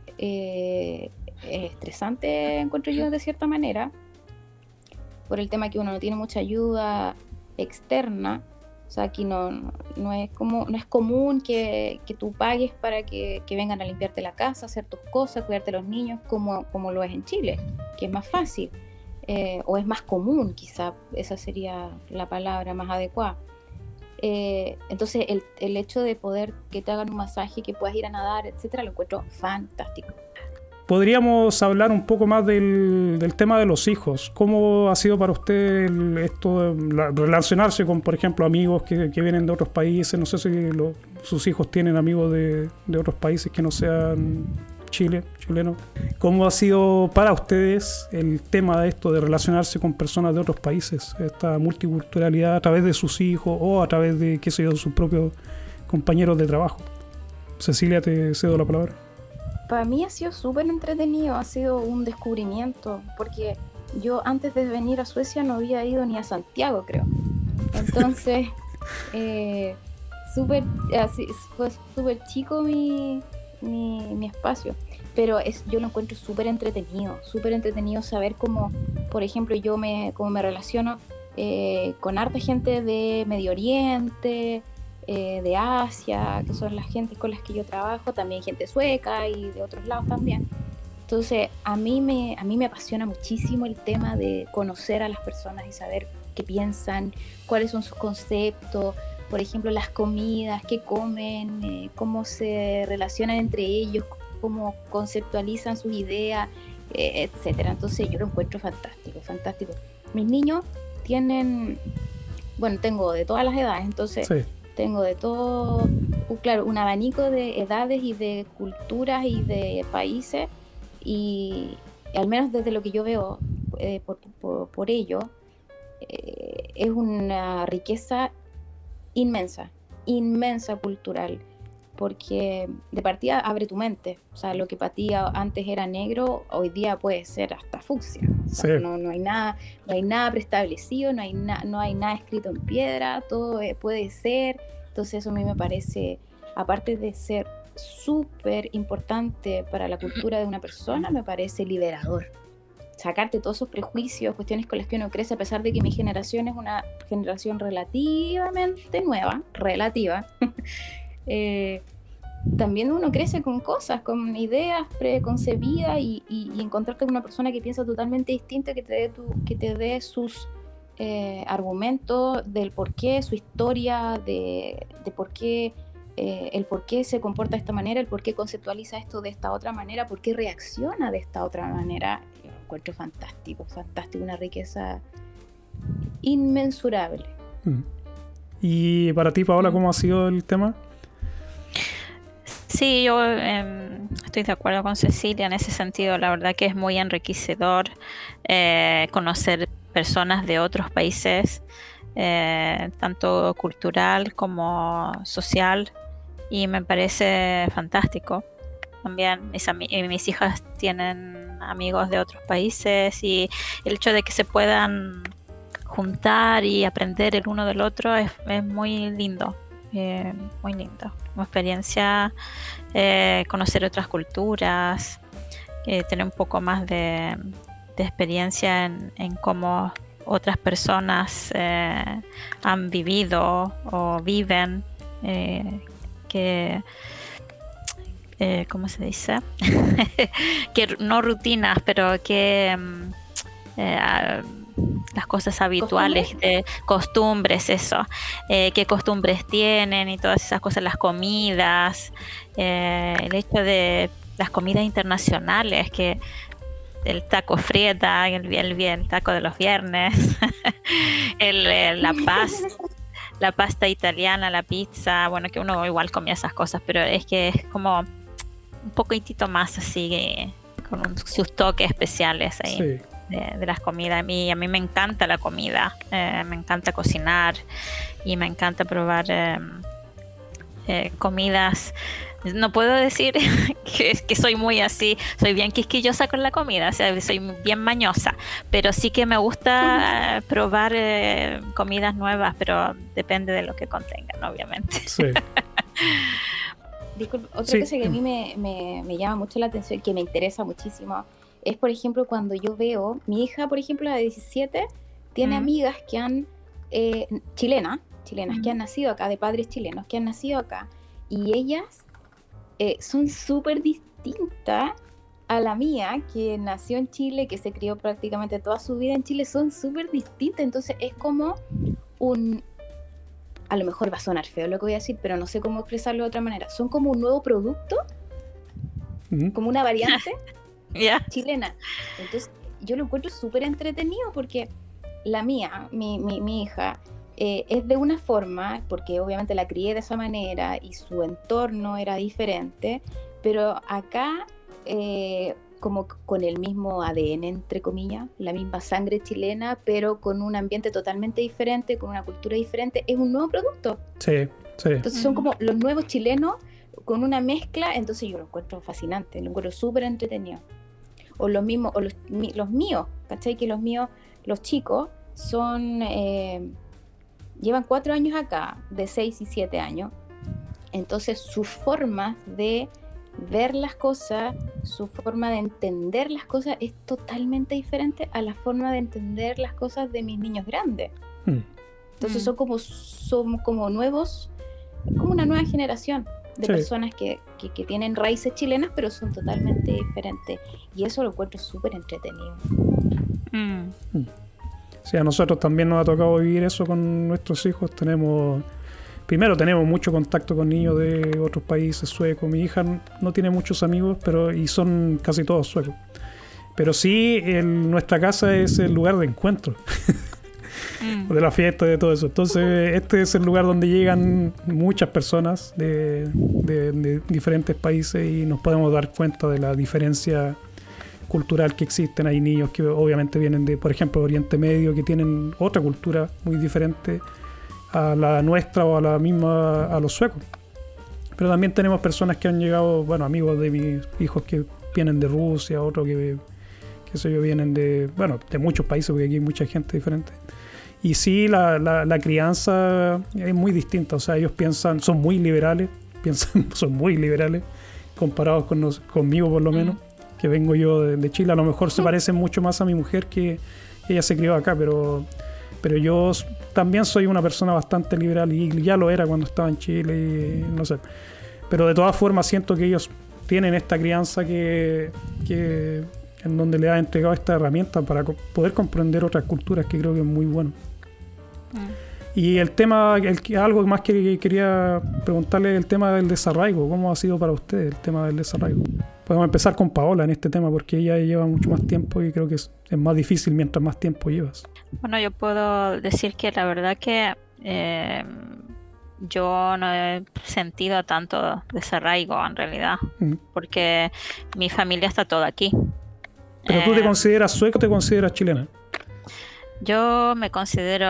es estresante, encuentro yo, de cierta manera, por el tema que uno no tiene mucha ayuda externa. O sea, aquí no es común que tú pagues para que vengan a limpiarte la casa, hacer tus cosas, cuidarte de los niños, como lo es en Chile, que es más fácil, o es más común, quizá esa sería la palabra más adecuada. Entonces el hecho de poder que te hagan un masaje, que puedas ir a nadar, etcétera, lo encuentro fantástico. Podríamos hablar un poco más del tema de los hijos. ¿Cómo ha sido para usted esto de relacionarse con, por ejemplo, amigos que vienen de otros países? No sé si sus hijos tienen amigos de otros países que no sean chileno. ¿Cómo ha sido para ustedes el tema de esto de relacionarse con personas de otros países? Esta multiculturalidad a través de sus hijos o a través de, qué sé yo, sus propios compañeros de trabajo. Cecilia, te cedo la palabra. Para mí ha sido súper entretenido, ha sido un descubrimiento, porque yo antes de venir a Suecia no había ido ni a Santiago, creo. Entonces, fue súper chico mi espacio, pero yo lo encuentro súper entretenido saber cómo, por ejemplo, cómo me relaciono con harta gente de Medio Oriente, de Asia, que son las gentes con las que yo trabajo, también gente sueca y de otros lados también. Entonces a mí me apasiona muchísimo el tema de conocer a las personas y saber qué piensan, cuáles son sus conceptos, por ejemplo las comidas, qué comen, cómo se relacionan entre ellos, cómo conceptualizan sus ideas, etcétera. Entonces yo lo encuentro fantástico. Mis niños tengo de todas las edades, entonces sí. Tengo de todo, claro, un abanico de edades y de culturas y de países, y al menos desde lo que yo veo por ello, es una riqueza inmensa cultural, porque de partida abre tu mente. O sea, lo que para ti antes era negro, hoy día puede ser hasta fucsia. O sea, sí. No hay nada preestablecido, no hay nada escrito en piedra, todo puede ser. Entonces eso a mí me parece, aparte de ser súper importante para la cultura de una persona, me parece liberador. Sacarte todos esos prejuicios, cuestiones con las que uno crece, a pesar de que mi generación es una generación relativamente nueva, también uno crece con cosas, con ideas preconcebidas, y encontrarte con una persona que piensa totalmente distinto, que te dé sus argumentos del por qué, su historia, de por qué, el por qué se comporta de esta manera, el por qué conceptualiza esto de esta otra manera, por qué reacciona de esta otra manera. Yo lo encuentro fantástico, una riqueza inmensurable. ¿Y para ti, Paola, cómo ha sido el tema? Sí, yo estoy de acuerdo con Cecilia en ese sentido. La verdad que es muy enriquecedor conocer personas de otros países, tanto cultural como social, y me parece fantástico. También mis hijas tienen amigos de otros países, y el hecho de que se puedan juntar y aprender el uno del otro es muy lindo. Muy lindo, como experiencia, conocer otras culturas, tener un poco más de experiencia en cómo otras personas han vivido o viven, ¿cómo se dice? Que no rutinas, pero que las cosas habituales, de costumbres, eso, qué costumbres tienen y todas esas cosas, las comidas, el hecho de las comidas internacionales, que el taco frieta, el taco de los viernes, la pasta italiana, la pizza, bueno, que uno igual comía esas cosas, pero es que es como un poquitito más así, con sus toques especiales ahí. Sí. De las comidas. A mí me encanta la comida, me encanta cocinar y me encanta probar comidas. No puedo decir que soy muy así, soy bien quisquillosa con la comida, o sea, soy bien mañosa, pero sí que me gusta probar comidas nuevas, pero depende de lo que contengan, obviamente. Sí. Disculpe, otra cosa que a mí me llama mucho la atención, que me interesa muchísimo, es, por ejemplo, cuando yo veo, mi hija, por ejemplo, la de 17, tiene amigas que han, chilenas, que han nacido acá, de padres chilenos, que han nacido acá, y ellas son súper distintas a la mía, que nació en Chile, que se crió prácticamente toda su vida en Chile, son súper distintas. Entonces es como a lo mejor va a sonar feo lo que voy a decir, pero no sé cómo expresarlo de otra manera, son como un nuevo producto, como una variante chilena. Entonces yo lo encuentro súper entretenido, porque la mía, mi hija, es de una forma, porque obviamente la crié de esa manera y su entorno era diferente, pero acá como con el mismo ADN, entre comillas, la misma sangre chilena, pero con un ambiente totalmente diferente, con una cultura diferente, es un nuevo producto. Sí. Entonces son como los nuevos chilenos con una mezcla. Entonces yo lo encuentro fascinante, lo encuentro súper entretenido. O los mismos, o los míos, ¿cachai? Que los míos, los chicos, son llevan 4 años acá, de 6 y 7 años. Entonces su forma de ver las cosas, su forma de entender las cosas es totalmente diferente a la forma de entender las cosas de mis niños grandes. Entonces son como nuevos, como una nueva generación de personas que tienen raíces chilenas, pero son totalmente diferentes, y eso lo encuentro súper entretenido. Sí, a nosotros también nos ha tocado vivir eso con nuestros hijos. Tenemos mucho contacto con niños de otros países, suecos. Mi hija no tiene muchos amigos, y son casi todos suecos. Pero sí, nuestra casa es el lugar de encuentro. De la fiesta y de todo eso. Entonces este es el lugar donde llegan muchas personas de diferentes países, y nos podemos dar cuenta de la diferencia cultural que existen. Hay niños que obviamente vienen de, por ejemplo, Oriente Medio, que tienen otra cultura muy diferente a la nuestra o a la misma a los suecos. Pero también tenemos personas que han llegado, bueno, amigos de mis hijos que vienen de Rusia, otros que vienen de muchos países, porque aquí hay mucha gente diferente. Y sí, la crianza es muy distinta. O sea, ellos son muy liberales comparados conmigo, por lo menos, que vengo yo de Chile. A lo mejor se parecen mucho más a mi mujer, que ella se crió acá, pero yo también soy una persona bastante liberal, y ya lo era cuando estaba en Chile, y no sé. Pero de todas formas siento que ellos tienen esta crianza que en donde le has entregado esta herramienta para poder comprender otras culturas, que creo que es muy bueno. Y el tema, algo más que quería preguntarle, el tema del desarraigo. ¿Cómo ha sido para usted el tema del desarraigo? Podemos empezar con Paola en este tema, porque ella lleva mucho más tiempo y creo que es más difícil mientras más tiempo llevas. Bueno, yo puedo decir que la verdad que yo no he sentido tanto desarraigo en realidad, porque mi familia está toda aquí. ¿Pero tú te consideras sueca o te consideras chilena? Yo me considero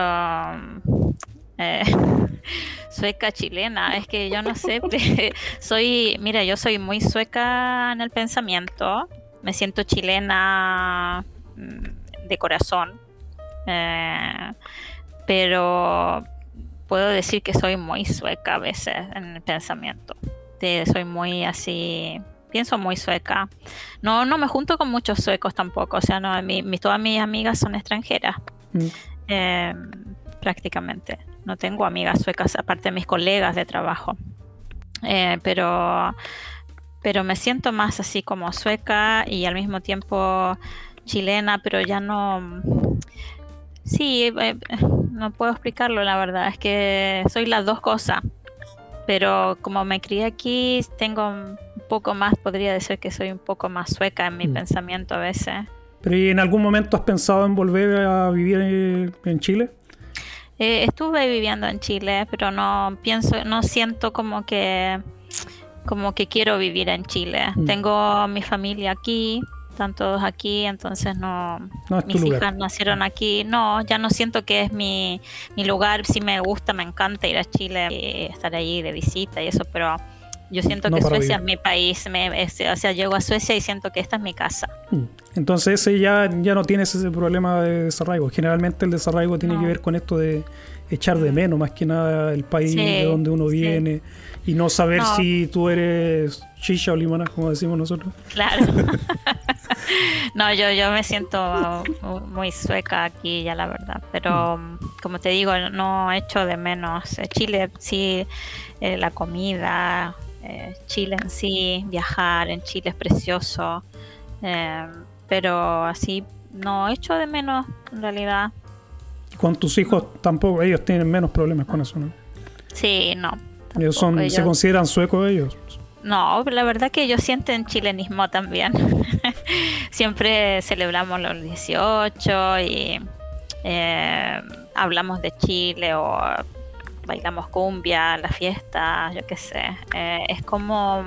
sueca chilena, es que yo no sé, yo soy muy sueca en el pensamiento, me siento chilena de corazón, pero puedo decir que soy muy sueca a veces en el pensamiento, soy muy así, pienso muy sueca, no me junto con muchos suecos tampoco, o sea, no, todas mis amigas son extranjeras. Prácticamente no tengo amigas suecas aparte de mis colegas de trabajo, pero me siento más así como sueca y al mismo tiempo chilena, pero ya no, no puedo explicarlo, la verdad es que soy las dos cosas, pero como me crié aquí tengo un poco más, podría decir que soy un poco más sueca en mi pensamiento a veces. ¿Pero y en algún momento has pensado en volver a vivir en Chile? Estuve viviendo en Chile, pero no siento como que quiero vivir en Chile. Tengo mi familia aquí, están todos aquí, entonces no es mis hijas nacieron aquí. No, ya no siento que es mi lugar. Sí me gusta, me encanta ir a Chile y estar allí de visita y eso, pero yo siento que Suecia es mi país, o sea, llego a Suecia y siento que esta es mi casa. Entonces ya no tienes ese problema de desarraigo. Generalmente el desarraigo tiene que ver con esto de echar de menos, más que nada el país de donde uno viene, y no saber si tú eres chicha o limona, como decimos nosotros. Claro. No, yo me siento muy sueca aquí ya, la verdad, pero como te digo, no echo de menos Chile, sí, la comida, Chile en sí, viajar en Chile es precioso, pero así no echo de menos en realidad. Con tus hijos tampoco, ellos tienen menos problemas con eso, ¿no? Sí, no. Ellos ¿se consideran suecos ellos? No, la verdad que ellos sienten chilenismo también. Siempre celebramos los 18 y hablamos de Chile o bailamos cumbia, la fiesta, yo qué sé. Es como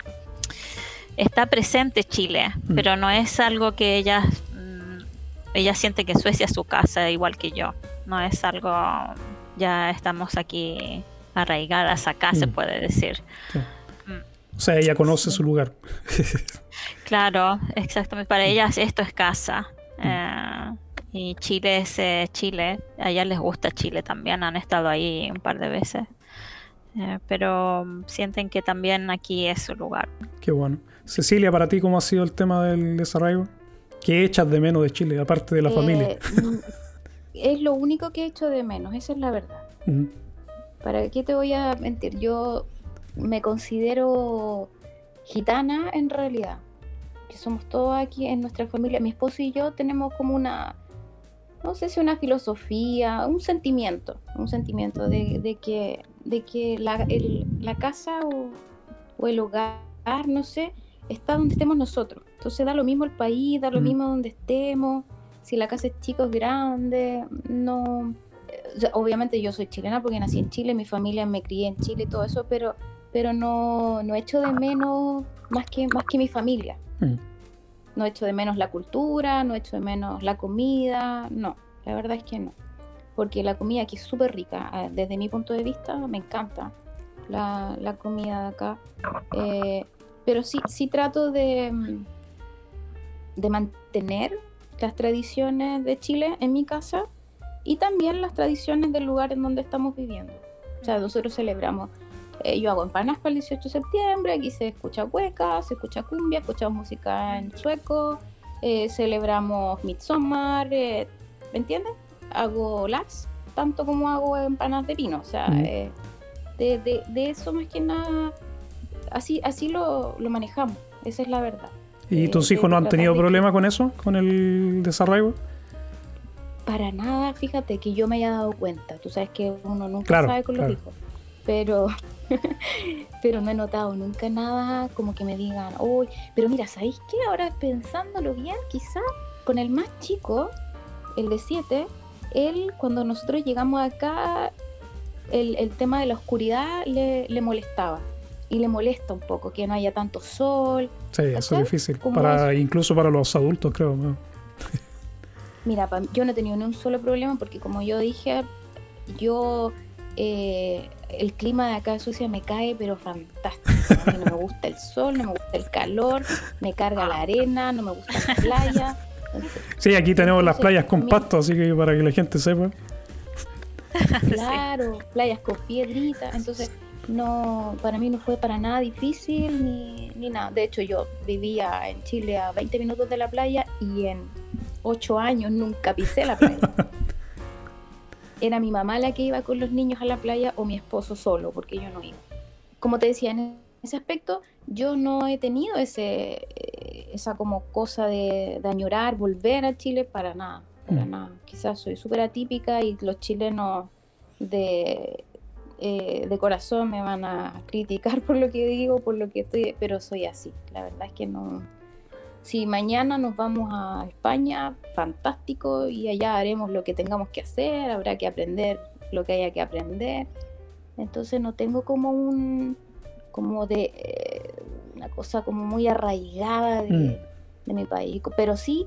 está presente Chile, pero no es algo que ellas sienten que Suecia es su casa igual que yo. No es algo, ya estamos aquí arraigadas acá, se puede decir. Sí. O sea, ella conoce su lugar. Claro, exactamente. Para ellas esto es casa. Y Chile es Chile. A ellas les gusta Chile también. Han estado ahí un par de veces. Pero sienten que también aquí es su lugar. Qué bueno. Cecilia, para ti, ¿cómo ha sido el tema del desarraigo? ¿Qué echas de menos de Chile, aparte de la familia? Es lo único que echo de menos, esa es la verdad. ¿Para qué te voy a mentir? Yo me considero gitana en realidad, que somos todos aquí en nuestra familia. Mi esposo y yo tenemos como una, no sé si una filosofía, un sentimiento de que la casa o el hogar, no sé, está donde estemos nosotros. Entonces da lo mismo el país, da lo mismo donde estemos, si la casa es chica o grande, no. Obviamente yo soy chilena porque nací en Chile, mi familia me crié en Chile y todo eso, pero no echo de menos más que mi familia. No echo de menos la cultura, no echo de menos la comida, no, la verdad es que no. Porque la comida aquí es súper rica, desde mi punto de vista me encanta la comida de acá. Pero sí trato de mantener las tradiciones de Chile en mi casa y también las tradiciones del lugar en donde estamos viviendo. O sea, nosotros celebramos, yo hago empanadas para el 18 de septiembre, aquí se escucha hueca, se escucha cumbia, escuchamos música en sueco, celebramos Midsommar, ¿me entiendes? Hago lax, tanto como hago empanadas de pino, o sea, de eso más que nada, así lo manejamos, esa es la verdad. ¿Y tus hijos no han tenido problema con eso? ¿Con el desarraigo? Para nada, fíjate que yo me haya dado cuenta. Tú sabes que uno nunca Claro, sabe con los claro. hijos. Pero, pero no he notado nunca nada como que me digan, uy, pero mira, ¿sabéis qué? Ahora pensándolo bien, quizá con el más chico, el de 7, él cuando nosotros llegamos acá, el tema de la oscuridad le molestaba. Y le molesta un poco que no haya tanto sol. Sí, eso ¿Cachai? es difícil. Como Incluso para los adultos, creo, ¿no? Mira, yo no he tenido ni un solo problema porque como yo dije, el clima de acá de Suecia me cae pero fantástico. A mí no me gusta el sol, no me gusta el calor, me carga la arena, no me gusta la playa. Sí, aquí tenemos las Entonces, playas con a mí- pasto, así que para que la gente sepa. Claro, playas con piedritas, entonces no, para mí no fue para nada difícil ni nada. De hecho, yo vivía en Chile a 20 minutos de la playa y en 8 años nunca pisé la playa. Era mi mamá la que iba con los niños a la playa o mi esposo solo, porque yo no iba. Como te decía, en ese aspecto yo no he tenido esa como cosa de añorar, volver a Chile para nada. Quizás soy súper atípica y los chilenos de corazón me van a criticar por lo que digo, por lo que estoy, pero soy así. La verdad es que no. Si mañana nos vamos a España, fantástico, y allá haremos lo que tengamos que hacer, habrá que aprender lo que haya que aprender. Entonces no tengo como una cosa como muy arraigada de mi país, pero sí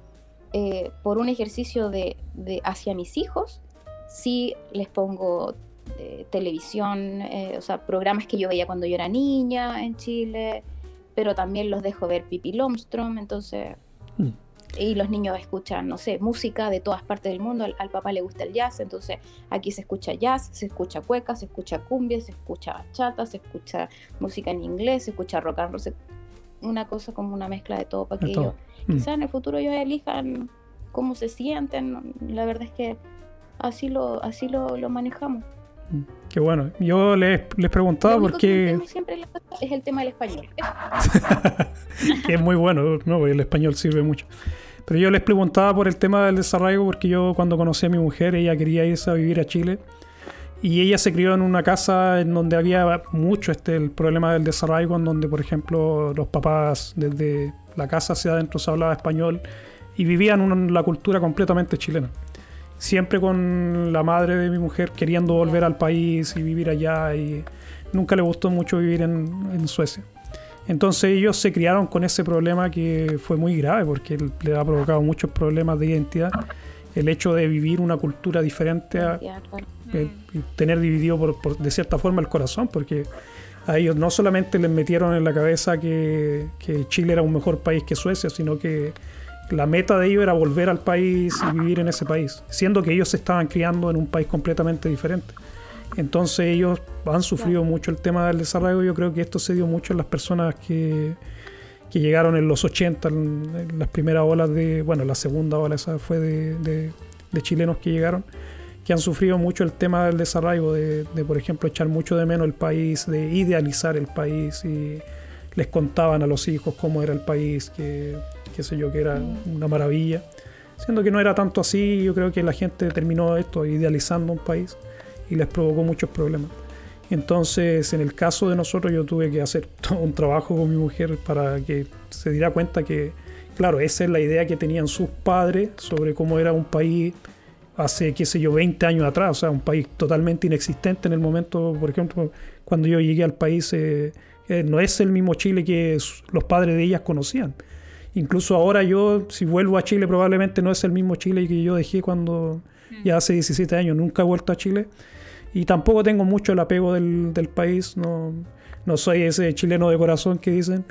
por un ejercicio de hacia mis hijos, sí les pongo televisión, o sea, programas que yo veía cuando yo era niña en Chile, pero también los dejo ver Pippi Longstrom, entonces, y los niños escuchan, no sé, música de todas partes del mundo, al papá le gusta el jazz, entonces aquí se escucha jazz, se escucha cueca, se escucha cumbia, se escucha bachata, se escucha música en inglés, se escucha rock and roll, una cosa como una mezcla de todo para que ellos, quizás en el futuro ellos elijan cómo se sienten. La verdad es que así lo manejamos. Qué bueno. Yo les preguntaba Lo único que porque... no tengo siempre en la casa es el tema del español. que es muy bueno, ¿no? El español sirve mucho. Pero yo les preguntaba por el tema del desarraigo porque yo cuando conocí a mi mujer, ella quería irse a vivir a Chile y ella se crió en una casa en donde había mucho el problema del desarraigo, en donde, por ejemplo, los papás desde la casa hacia adentro se hablaba español y vivían la cultura completamente chilena. Siempre con la madre de mi mujer queriendo volver al país y vivir allá, y nunca le gustó mucho vivir en Suecia. Entonces ellos se criaron con ese problema que fue muy grave porque le ha provocado muchos problemas de identidad. El hecho de vivir una cultura diferente y tener dividido de cierta forma el corazón, porque a ellos no solamente les metieron en la cabeza que Chile era un mejor país que Suecia, sino que la meta de ellos era volver al país y vivir en ese país, siendo que ellos se estaban criando en un país completamente diferente. Entonces ellos han sufrido mucho el tema del desarraigo. Yo creo que esto se dio mucho en las personas que llegaron en los 80, en las primeras olas la segunda ola esa fue de chilenos que llegaron, que han sufrido mucho el tema del desarraigo, de por ejemplo echar mucho de menos el país, de idealizar el país, y les contaban a los hijos cómo era el país, que era una maravilla, siendo que no era tanto así. Yo creo que la gente terminó idealizando un país y les provocó muchos problemas. Entonces, en el caso de nosotros, yo tuve que hacer todo un trabajo con mi mujer para que se diera cuenta que, claro, esa es la idea que tenían sus padres sobre cómo era un país hace, 20 años atrás, o sea, un país totalmente inexistente en el momento. Por ejemplo, cuando yo llegué al país, no es el mismo Chile que los padres de ellas conocían. Incluso ahora yo, si vuelvo a Chile, probablemente no es el mismo Chile que yo dejé cuando ya hace 17 años. Nunca he vuelto a Chile y tampoco tengo mucho el apego del país. No soy ese chileno de corazón que dicen.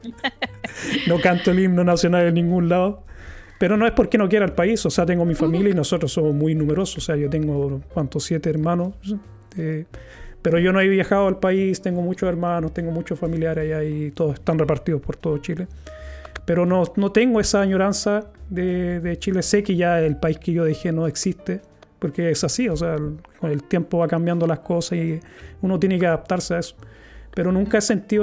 No canto el himno nacional en ningún lado. Pero no es porque no quiera el país. O sea, tengo mi familia y nosotros somos muy numerosos. O sea, yo tengo, 7 hermanos. Pero yo no he viajado al país. Tengo muchos hermanos, tengo muchos familiares allá y todos están repartidos por todo Chile. Pero no tengo esa añoranza de Chile. Sé que ya el país que yo dejé no existe, porque es así, o sea, con el tiempo va cambiando las cosas y uno tiene que adaptarse a eso. Pero nunca he sentido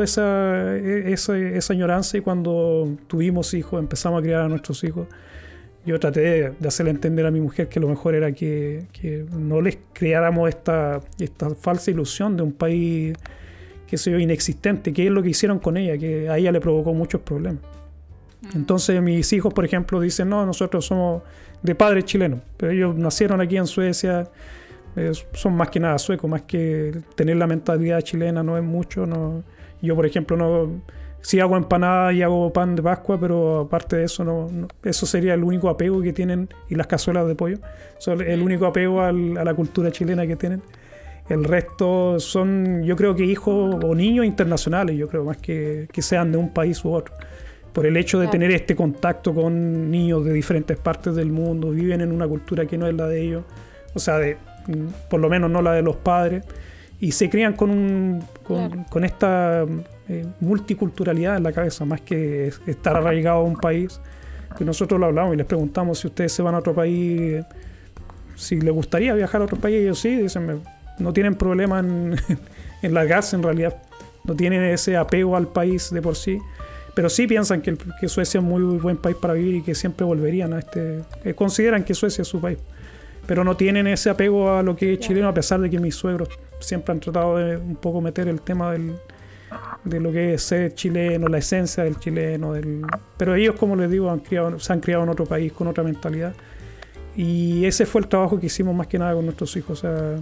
esa añoranza, y cuando tuvimos hijos, empezamos a criar a nuestros hijos, yo traté de hacerle entender a mi mujer que lo mejor era que no les creáramos esta falsa ilusión de un país que se inexistente, que es lo que hicieron con ella, que a ella le provocó muchos problemas. Entonces mis hijos, por ejemplo, dicen, no, nosotros somos de padres chilenos, pero ellos nacieron aquí en Suecia, son más que nada suecos, más que tener la mentalidad chilena no es mucho. No. Yo, por ejemplo, sí hago empanadas y hago pan de Pascua, pero aparte de eso, eso sería el único apego que tienen, y las cazuelas de pollo, son el único apego a la cultura chilena que tienen. El resto son, yo creo que hijos o niños internacionales, yo creo, más que sean de un país u otro. Por el hecho de tener este contacto con niños de diferentes partes del mundo, viven en una cultura que no es la de ellos, o sea, por lo menos no la de los padres, y se crían con esta multiculturalidad en la cabeza, más que estar arraigado a un país. Que nosotros lo hablamos y les preguntamos si ustedes se van a otro país, si les gustaría viajar a otro país, y ellos sí, dicen, no tienen problema en largarse, en realidad, no tienen ese apego al país de por sí. Pero sí piensan que Suecia es muy buen país para vivir y que siempre volverían a consideran que Suecia es su país. Pero no tienen ese apego a lo que es chileno, a pesar de que mis suegros siempre han tratado de un poco meter el tema de lo que es ser chileno, la esencia del chileno. Pero ellos, como les digo, se han criado en otro país con otra mentalidad. Y ese fue el trabajo que hicimos más que nada con nuestros hijos. O sea,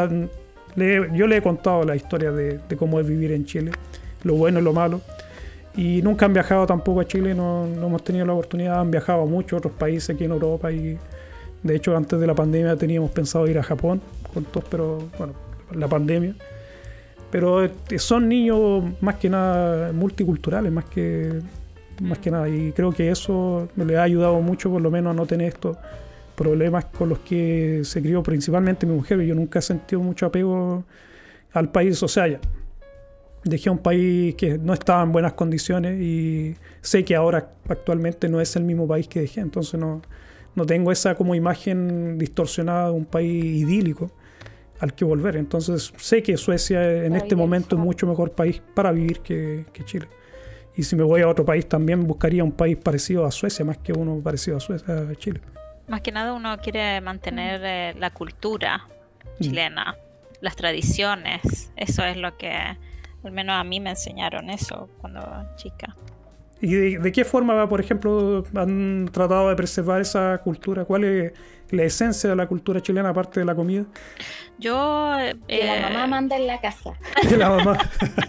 yo le he contado la historia de cómo es vivir en Chile, lo bueno y lo malo. Y nunca han viajado tampoco a Chile, no hemos tenido la oportunidad. Han viajado a muchos otros países aquí en Europa, y de hecho antes de la pandemia teníamos pensado ir a Japón juntos, pero bueno, la pandemia. Pero son niños más que nada multiculturales, más que nada, y creo que eso me les ha ayudado mucho, por lo menos, a no tener estos problemas con los que se crió principalmente mi mujer. Yo nunca he sentido mucho apego al país, o sea, ya dejé un país que no estaba en buenas condiciones, y sé que ahora actualmente no es el mismo país que dejé, entonces no tengo esa como imagen distorsionada de un país idílico al que volver. Entonces sé que Suecia en este momento es mucho mejor país para vivir que Chile. Y si me voy a otro país también buscaría un país parecido a Suecia, más que uno parecido a Chile. Más que nada uno quiere mantener la cultura chilena, las tradiciones. Eso es lo que, al menos a mí me enseñaron eso cuando chica. ¿Y de qué forma, por ejemplo, han tratado de preservar esa cultura? ¿Cuál es la esencia de la cultura chilena aparte de la comida? Yo... Que la mamá manda en la casa. De la mamá.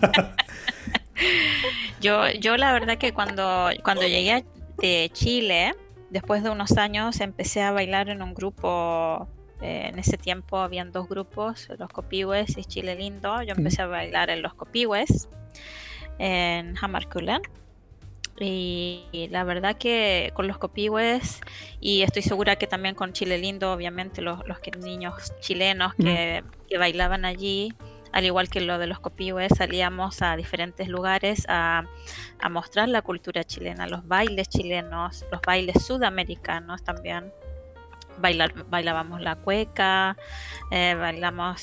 Yo la verdad que cuando llegué de Chile, después de unos años empecé a bailar en un grupo. En ese tiempo habían dos grupos, los Copihues y Chile Lindo. Yo empecé a bailar en los Copihues, en Hammarkullen. Y la verdad que con los Copihues, y estoy segura que también con Chile Lindo, obviamente los niños chilenos que bailaban allí, al igual que lo de los Copihues, salíamos a diferentes lugares a mostrar la cultura chilena, los bailes chilenos, los bailes sudamericanos también. Bailábamos la cueca, bailamos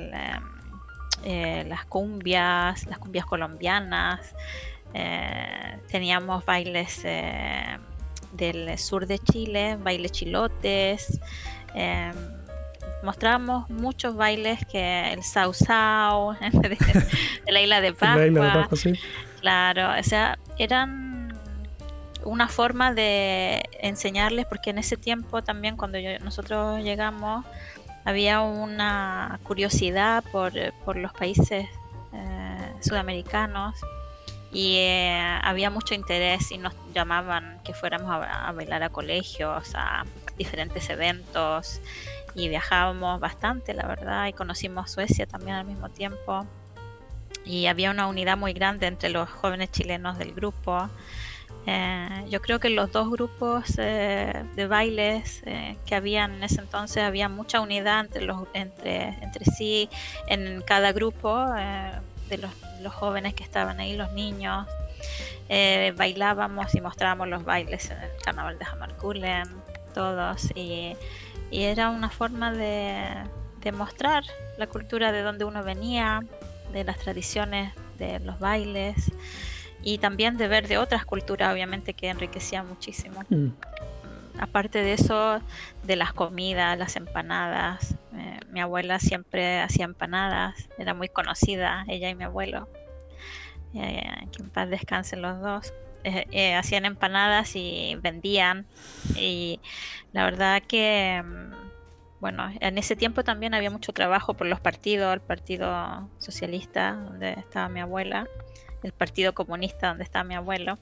las cumbias colombianas. Teníamos bailes del sur de Chile, bailes chilotes. Mostrábamos muchos bailes, que el sausau de la isla de Pascua. La isla de Pascua, sí. Claro, o sea, eran una forma de enseñarles, porque en ese tiempo también, cuando nosotros llegamos, había una curiosidad por los países sudamericanos. Y había mucho interés, y nos llamaban que fuéramos a bailar a colegios, a diferentes eventos, y viajábamos bastante, la verdad, y conocimos Suecia también al mismo tiempo, y había una unidad muy grande entre los jóvenes chilenos del grupo. Yo creo que en los dos grupos de bailes que habían en ese entonces, había mucha unidad entre sí en cada grupo. De los jóvenes que estaban ahí, los niños, bailábamos y mostrábamos los bailes en el carnaval de Hammarkullen, todos, y era una forma de mostrar la cultura de donde uno venía, de las tradiciones de los bailes y también de ver de otras culturas, obviamente, que enriquecía muchísimo. Aparte de eso, de las comidas, las empanadas. Mi abuela siempre hacía empanadas, era muy conocida, ella y mi abuelo. Que en paz descansen los dos. Hacían empanadas y vendían. Y la verdad que, bueno, en ese tiempo también había mucho trabajo por los partidos, el Partido Socialista, donde estaba mi abuela, el Partido Comunista, donde estaba mi abuelo.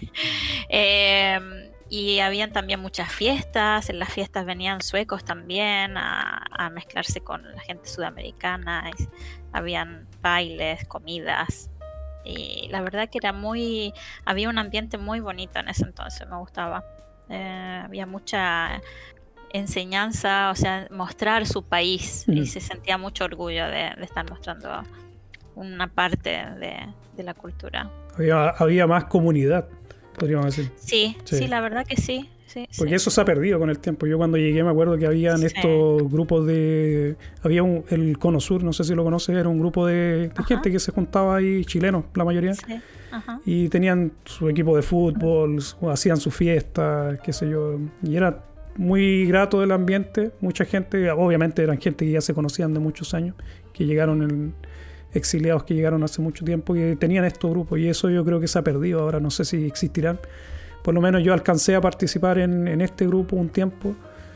Y habían también muchas fiestas. En las fiestas venían suecos también a mezclarse con la gente sudamericana. Habían bailes, comidas. Y la verdad que había un ambiente muy bonito en ese entonces, me gustaba. Había mucha enseñanza, o sea, mostrar su país. Y se sentía mucho orgullo de estar mostrando una parte de la cultura. Había más comunidad, podríamos decir. Sí, la verdad que sí. Porque eso se ha perdido con el tiempo. Yo cuando llegué me acuerdo que habían estos grupos de... Había el Cono Sur, no sé si lo conoces, era un grupo de gente que se juntaba ahí, chilenos, la mayoría. Sí. Y tenían su equipo de fútbol, hacían su fiesta, qué sé yo. Y era muy grato el ambiente. Mucha gente, obviamente eran gente que ya se conocían de muchos años, que llegaron exiliados que llegaron hace mucho tiempo, que tenían estos grupos. Y eso yo creo que se ha perdido ahora, no sé si existirán. Por lo menos yo alcancé a participar en este grupo un tiempo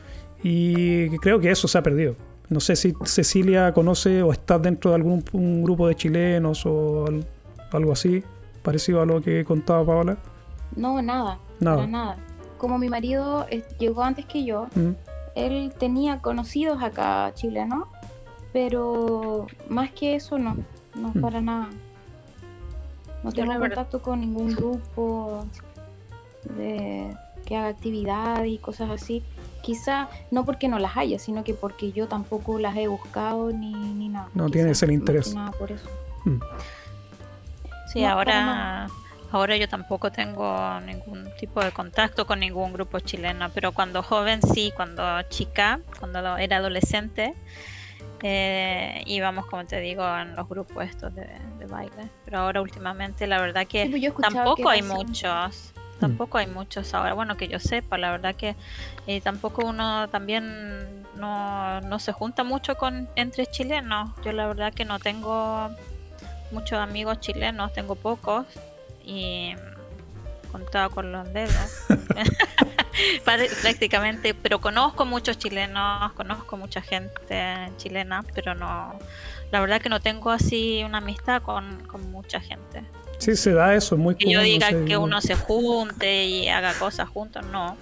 y creo que eso se ha perdido. No sé si Cecilia conoce o está dentro de un grupo de chilenos o algo así, parecido a lo que contaba Paola. No, nada. Para nada. Como mi marido llegó antes que yo, él tenía conocidos acá chilenos, pero más que eso no para nada. No tengo contacto con ningún grupo que haga actividades y cosas así. Quizá no porque no las haya, sino que porque yo tampoco las he buscado ni nada. No tienes el interés. Nada por eso. Sí, no, ahora yo tampoco tengo ningún tipo de contacto con ningún grupo chileno, pero cuando joven sí, cuando chica, cuando era adolescente, íbamos, como te digo, en los grupos estos de baile. Pero ahora últimamente la verdad que tampoco hay muchos. Tampoco hay muchos ahora, bueno, que yo sepa, la verdad que tampoco uno también no se junta mucho entre chilenos. Yo la verdad que no tengo muchos amigos chilenos, tengo pocos y contado con los dedos prácticamente, pero conozco muchos chilenos, conozco mucha gente chilena, pero no, la verdad que no tengo así una amistad con mucha gente. Sí, se da eso, es muy común. Que yo diga que uno se junte y haga cosas juntos, no.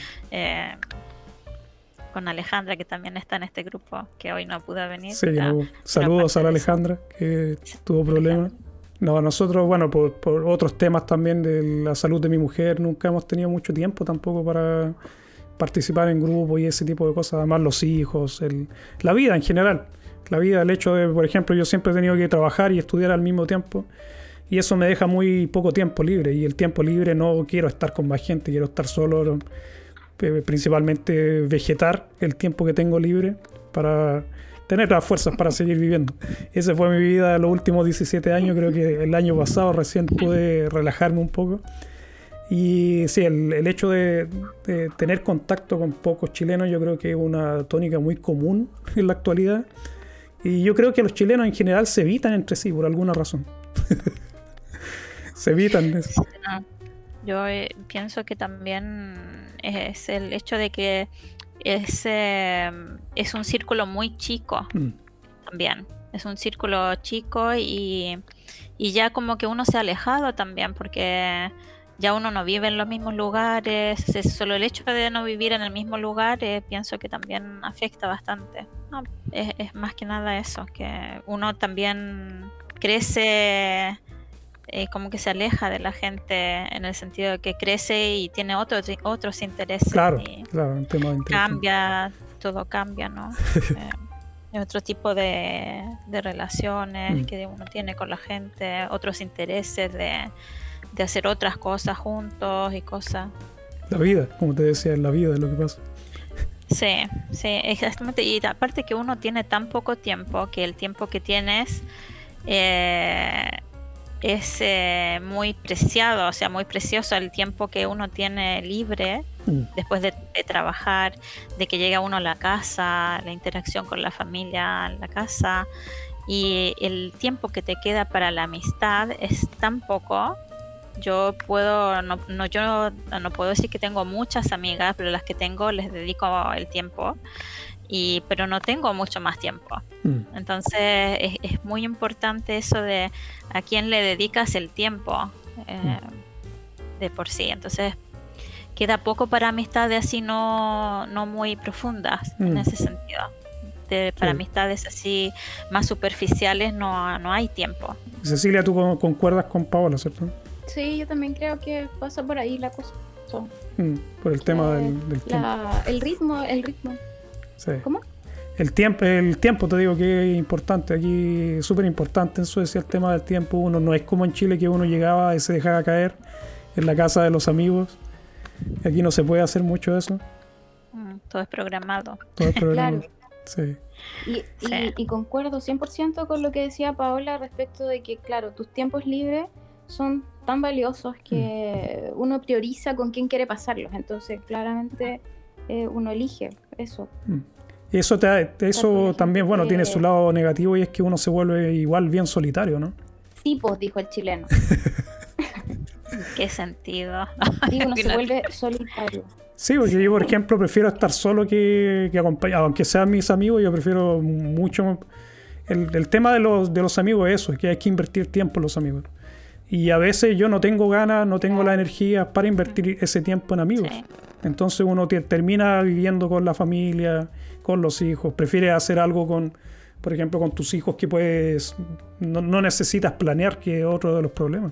Con Alejandra, que también está en este grupo, que hoy no pudo venir. Sí, saludos a la Alejandra, que tuvo problemas. No, nosotros, bueno, por otros temas también de la salud de mi mujer, nunca hemos tenido mucho tiempo tampoco para participar en grupos y ese tipo de cosas. Además, los hijos, la vida en general. La vida, el hecho de, por ejemplo, yo siempre he tenido que trabajar y estudiar al mismo tiempo. Y eso me deja muy poco tiempo libre. Y el tiempo libre no quiero estar con más gente, quiero estar solo, principalmente vegetar el tiempo que tengo libre para tener las fuerzas para seguir viviendo. Esa fue mi vida los últimos 17 años. Creo que el año pasado recién pude relajarme un poco. Y sí, el hecho de tener contacto con pocos chilenos yo creo que es una tónica muy común en la actualidad. Y yo creo que los chilenos en general se evitan entre sí por alguna razón. Se evitan eso. Yo pienso que también es el hecho de que es un círculo muy chico también. Es un círculo chico y ya como que uno se ha alejado también porque ya uno no vive en los mismos lugares. Solo el hecho de no vivir en el mismo lugar pienso que también afecta bastante. No, es más que nada eso, que uno también crece como que se aleja de la gente en el sentido de que crece y tiene otros intereses. Claro, y un tema de interés. Todo cambia, ¿no? Otro tipo de relaciones que uno tiene con la gente, otros intereses de hacer otras cosas juntos y cosas. La vida, como te decía, la vida es lo que pasa. Sí, exactamente. Y aparte que uno tiene tan poco tiempo que el tiempo que tienes es muy preciado, o sea, muy precioso el tiempo que uno tiene libre después de trabajar, de que llega uno a la casa, la interacción con la familia en la casa, y el tiempo que te queda para la amistad es tan poco. Yo no puedo decir que tengo muchas amigas, pero las que tengo les dedico el tiempo, pero no tengo mucho más tiempo. Entonces es muy importante eso de a quién le dedicas el tiempo de por sí. Entonces queda poco para amistades así no muy profundas en ese sentido. Para amistades así más superficiales no hay tiempo. Cecilia, tú concuerdas con Paola, ¿cierto? Sí, yo también creo que pasa por ahí la cosa. Por el tema del tiempo. El ritmo. Sí. ¿Cómo? El tiempo, te digo que es importante. Aquí es súper importante en Suecia el tema del tiempo. Uno no es como en Chile, que uno llegaba y se dejaba caer en la casa de los amigos. Aquí no se puede hacer mucho eso. Todo es programado. Todo es programado. Claro. Sí. Y concuerdo 100% con lo que decía Paola respecto de que, claro, tus tiempos libres son tan valiosos que uno prioriza con quién quiere pasarlos. Entonces, claramente, uno elige eso. Eso también, bueno, tiene su lado negativo, y es que uno se vuelve igual bien solitario, ¿no? Sí, pues, dijo el chileno. ¿Qué sentido? Sí, uno se vuelve solitario. Sí, porque yo, por ejemplo, prefiero estar solo que acompañado. Aunque sean mis amigos, yo prefiero mucho... El tema de los amigos es eso, es que hay que invertir tiempo en los amigos. Y a veces yo no tengo ganas, no tengo la energía para invertir ese tiempo en amigos. Sí. Entonces uno termina viviendo con la familia, con los hijos. Prefieres hacer algo por ejemplo, con tus hijos que no necesitas planear, que es otro de los problemas.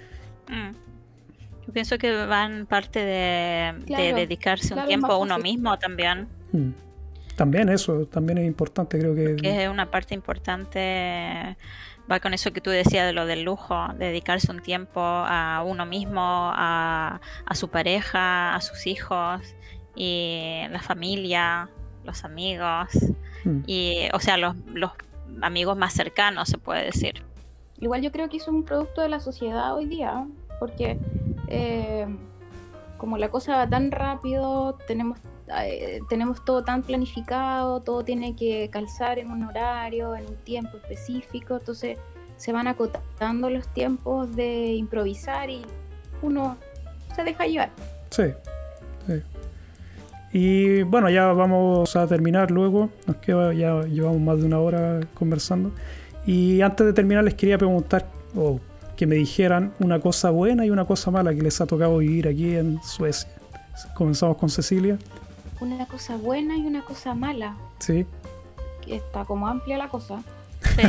Yo pienso que van parte de dedicarse un tiempo a uno mismo también. También eso, también es importante, creo que... Que es una parte importante, va con eso que tú decías de lo del lujo, dedicarse un tiempo a uno mismo, a su pareja, a sus hijos, y la familia, los amigos, y, o sea, los amigos más cercanos, se puede decir. Igual yo creo que eso es un producto de la sociedad hoy día, porque como la cosa va tan rápido, tenemos todo tan planificado, todo tiene que calzar en un horario, en un tiempo específico, entonces se van acotando los tiempos de improvisar y uno se deja llevar. Sí. Y bueno, ya vamos a terminar luego, ya llevamos más de una hora conversando, y antes de terminar les quería preguntar que me dijeran una cosa buena y una cosa mala que les ha tocado vivir aquí en Suecia. Comenzamos con Cecilia. Una cosa buena y una cosa mala. Sí. Está como amplia la cosa. Sí.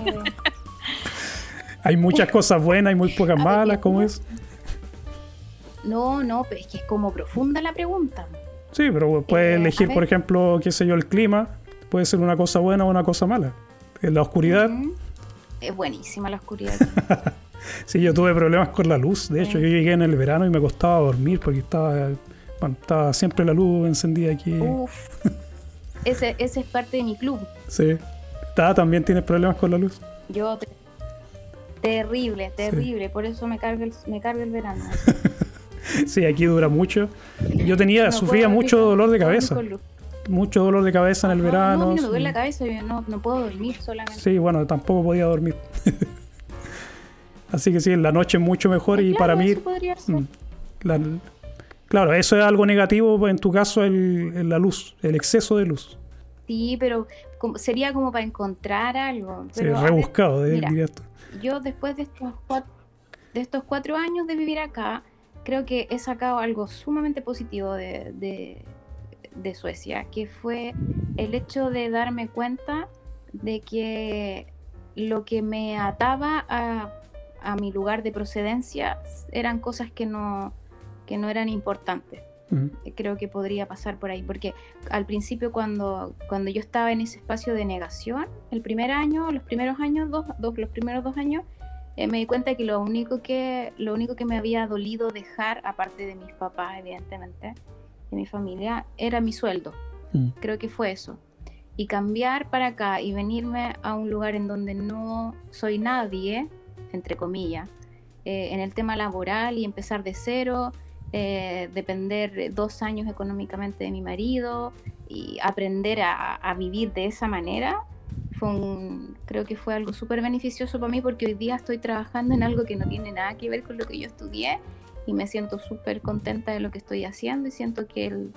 Hay muchas cosas buenas y muy pocas malas, ¿cómo es? No, pero es que es como profunda la pregunta. Sí, pero puedes elegir, por ejemplo, qué sé yo, el clima. Puede ser una cosa buena o una cosa mala. En la oscuridad. Es buenísima la oscuridad. Sí, yo tuve problemas con la luz. De hecho, yo llegué en el verano y me costaba dormir porque estaba siempre la luz encendida aquí. Uf, ese es parte de mi club. Sí. ¿También tienes problemas con la luz? Yo, terrible. Sí. Por eso me carga el verano. Sí, aquí dura mucho. Yo sufría mucho dolor de cabeza. Mucho dolor de cabeza en el verano. No, me duele la cabeza, yo no puedo dormir solamente. Sí, bueno, tampoco podía dormir. Así que sí, en la noche es mucho mejor, y para mí... Eso podría ser. Claro, eso es algo negativo en tu caso, la luz, el exceso de luz. Sí, pero sería como para encontrar algo. Pero, sí, rebuscado, diría esto. Yo después de estos 4 años de vivir acá, creo que he sacado algo sumamente positivo de Suecia, que fue el hecho de darme cuenta de que lo que me ataba a mi lugar de procedencia eran cosas que no eran importantes. Creo que podría pasar por ahí, porque al principio cuando yo estaba en ese espacio de negación, los primeros 2 años, me di cuenta que lo único que me había dolido dejar, aparte de mis papás, evidentemente, de mi familia, era mi sueldo. Creo que fue eso. Y cambiar para acá y venirme a un lugar en donde no soy nadie, entre comillas, en el tema laboral y empezar de cero, depender 2 años económicamente de mi marido y aprender a vivir de esa manera. Creo que fue algo súper beneficioso para mí, porque hoy día estoy trabajando en algo que no tiene nada que ver con lo que yo estudié y me siento súper contenta de lo que estoy haciendo, y siento que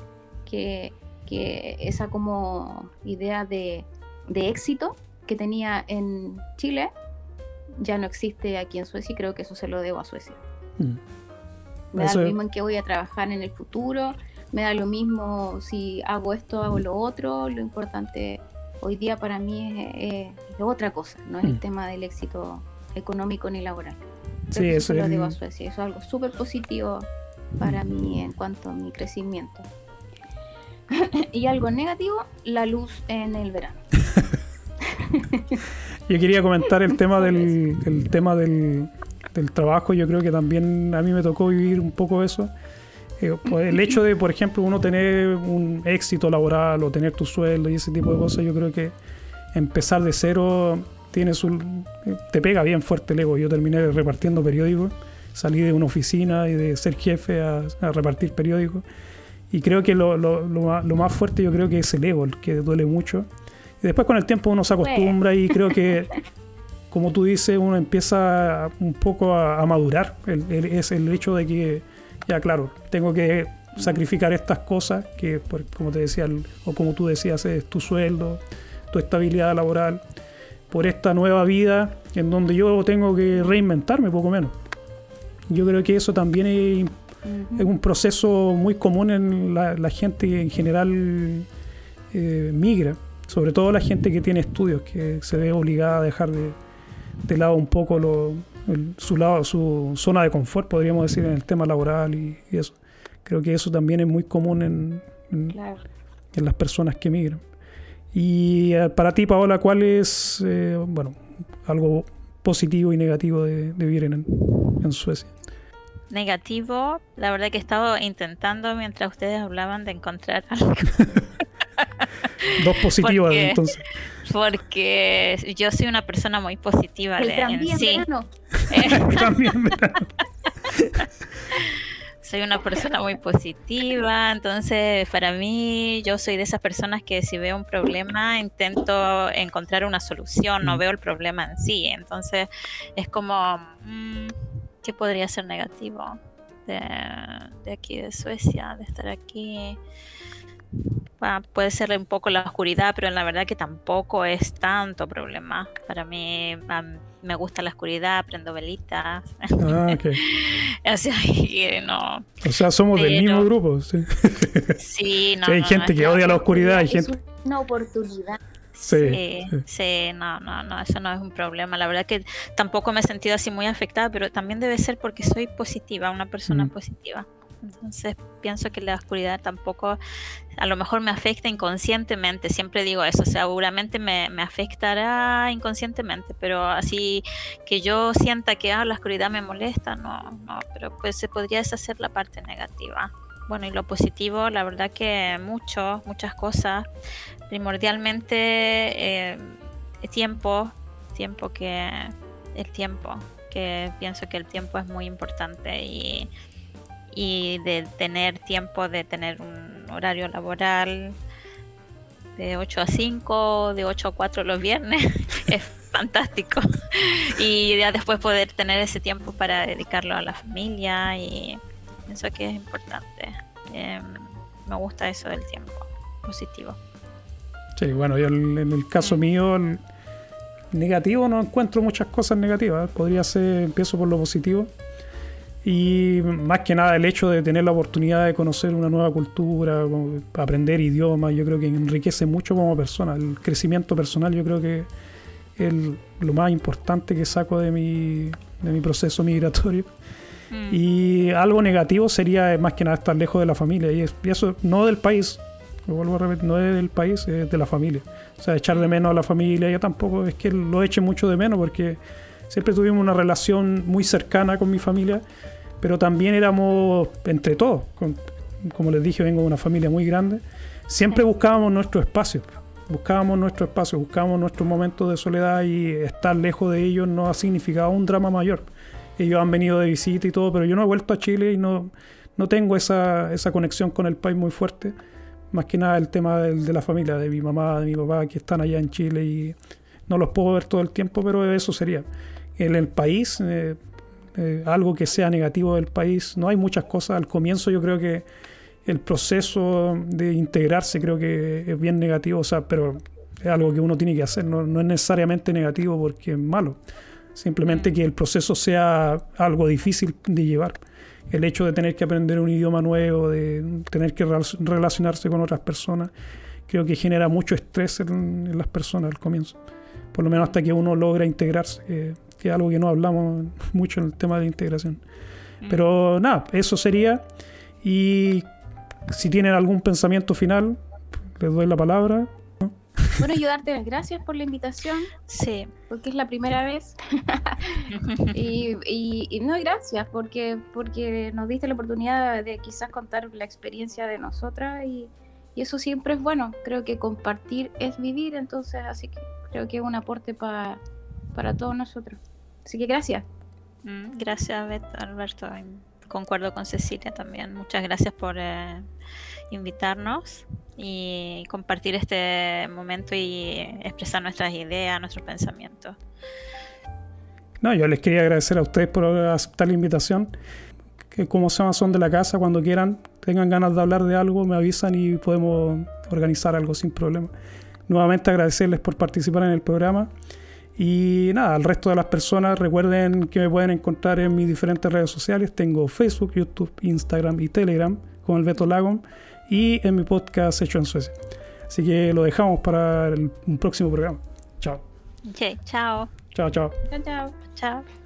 esa como idea de éxito que tenía en Chile ya no existe aquí en Suecia, y creo que eso se lo debo a Suecia. Me da lo mismo en qué voy a trabajar en el futuro, me da lo mismo si hago esto, hago lo otro. Lo importante hoy día para mí es otra cosa, no es el tema del éxito económico ni laboral. Sí, eso lo debo a Suecia. Eso es algo súper positivo para mí en cuanto a mi crecimiento. Y algo negativo, la luz en el verano. Yo quería comentar el tema del trabajo. Yo creo que también a mí me tocó vivir un poco eso. El hecho de, por ejemplo, uno tener un éxito laboral o tener tu sueldo y ese tipo de cosas, yo creo que empezar de cero te pega bien fuerte el ego. Yo terminé repartiendo periódicos, salí de una oficina y de ser jefe a repartir periódicos, y creo que lo más fuerte yo creo que es el ego, el que duele mucho, y después con el tiempo uno se acostumbra y creo que, como tú dices, uno empieza un poco a madurar. Es el hecho de que ya, claro, tengo que sacrificar estas cosas que, como te decía, o como tú decías, es tu sueldo, tu estabilidad laboral, por esta nueva vida en donde yo tengo que reinventarme poco menos. Yo creo que eso también es un proceso muy común en la gente que en general migra, sobre todo la gente que tiene estudios, que se ve obligada a dejar de lado un poco su zona de confort, podríamos decir, en el tema laboral y eso. Creo que eso también es muy común en las personas que migran. Y para ti, Paola, ¿cuál es algo positivo y negativo de vivir en Suecia? Negativo, la verdad que he estado intentando, mientras ustedes hablaban, de encontrar algo. Dos positivas, entonces. Porque yo soy una persona muy positiva. El tranvía en verano. También verano. Soy una persona muy positiva, entonces para mí yo soy de esas personas que si veo un problema intento encontrar una solución, no veo el problema en sí. Entonces es como, ¿qué podría ser negativo de aquí de Suecia, de estar aquí? Puede ser un poco la oscuridad, pero la verdad que tampoco es tanto problema. Para mí me gusta la oscuridad, prendo velitas. Okay. O sea, no. O sea, somos del mismo grupo. Sí, sí, no. Sí, hay gente que odia la oscuridad, hay gente. Es una oportunidad. Sí, no, eso no es un problema. La verdad que tampoco me he sentido así muy afectada, pero también debe ser porque soy positiva, una persona positiva. Entonces pienso que la oscuridad tampoco, a lo mejor me afecta inconscientemente, siempre digo eso, seguramente me afectará inconscientemente, pero así que yo sienta que la oscuridad me molesta, no, pero pues se podría deshacer la parte negativa. Bueno, y lo positivo, la verdad que muchas cosas, primordialmente tiempo, que pienso que el tiempo es muy importante y de tener tiempo, de tener un horario laboral de 8 a 5, de 8 a 4 los viernes, es fantástico. Y ya después poder tener ese tiempo para dedicarlo a la familia, y pienso que es importante. Me gusta eso del tiempo positivo. Sí, bueno, yo en el caso mío, el negativo, no encuentro muchas cosas negativas. Podría ser, empiezo por lo positivo. Y más que nada el hecho de tener la oportunidad de conocer una nueva cultura, aprender idiomas, yo creo que enriquece mucho como persona. El crecimiento personal yo creo que es lo más importante que saco de mi proceso migratorio. Y algo negativo sería más que nada estar lejos de la familia, y eso no del país, lo vuelvo a repetir, no es del país, es de la familia. O sea, echar de menos a la familia, yo tampoco es que lo eche mucho de menos, porque siempre tuvimos una relación muy cercana con mi familia, pero también éramos entre todos. Como les dije, vengo de una familia muy grande. Siempre buscábamos nuestro espacio. buscábamos nuestro espacio, buscábamos nuestros momentos de soledad, y estar lejos de ellos no ha significado un drama mayor. Ellos han venido de visita y todo, pero yo no he vuelto a Chile y no tengo esa conexión con el país muy fuerte. Más que nada el tema de la familia, de mi mamá, de mi papá, que están allá en Chile, y no los puedo ver todo el tiempo, pero eso sería. En el país, algo que sea negativo del país, no hay muchas cosas. Al comienzo yo creo que el proceso de integrarse creo que es bien negativo, o sea, pero es algo que uno tiene que hacer, no es necesariamente negativo porque es malo. Simplemente que el proceso sea algo difícil de llevar. El hecho de tener que aprender un idioma nuevo, de tener que relacionarse con otras personas, creo que genera mucho estrés en las personas al comienzo. Por lo menos hasta que uno logra integrarse, que es algo que no hablamos mucho en el tema de la integración. Pero nada, eso sería. Y si tienen algún pensamiento final, les doy la palabra. Bueno, yo darte las gracias por la invitación. Sí. Porque es la primera vez. y no, gracias, porque nos diste la oportunidad de quizás contar la experiencia de nosotras, y eso siempre es bueno. Creo que compartir es vivir, entonces así que creo que es un aporte para todos nosotros. Así que gracias. Gracias, Alberto. Concuerdo con Cecilia también. Muchas gracias por invitarnos y compartir este momento y expresar nuestras ideas, nuestros pensamientos. No, yo les quería agradecer a ustedes por aceptar la invitación. Que como son de la casa, cuando quieran, tengan ganas de hablar de algo, me avisan y podemos organizar algo sin problema. Nuevamente agradecerles por participar en el programa. Y nada, al resto de las personas, recuerden que me pueden encontrar en mis diferentes redes sociales. Tengo Facebook, YouTube, Instagram y Telegram con el Beto Lagom, y en mi podcast Hecho en Suecia. Así que lo dejamos para un próximo programa. Chao. Okay, chao. Chao, chao. Chao, chao. Chao.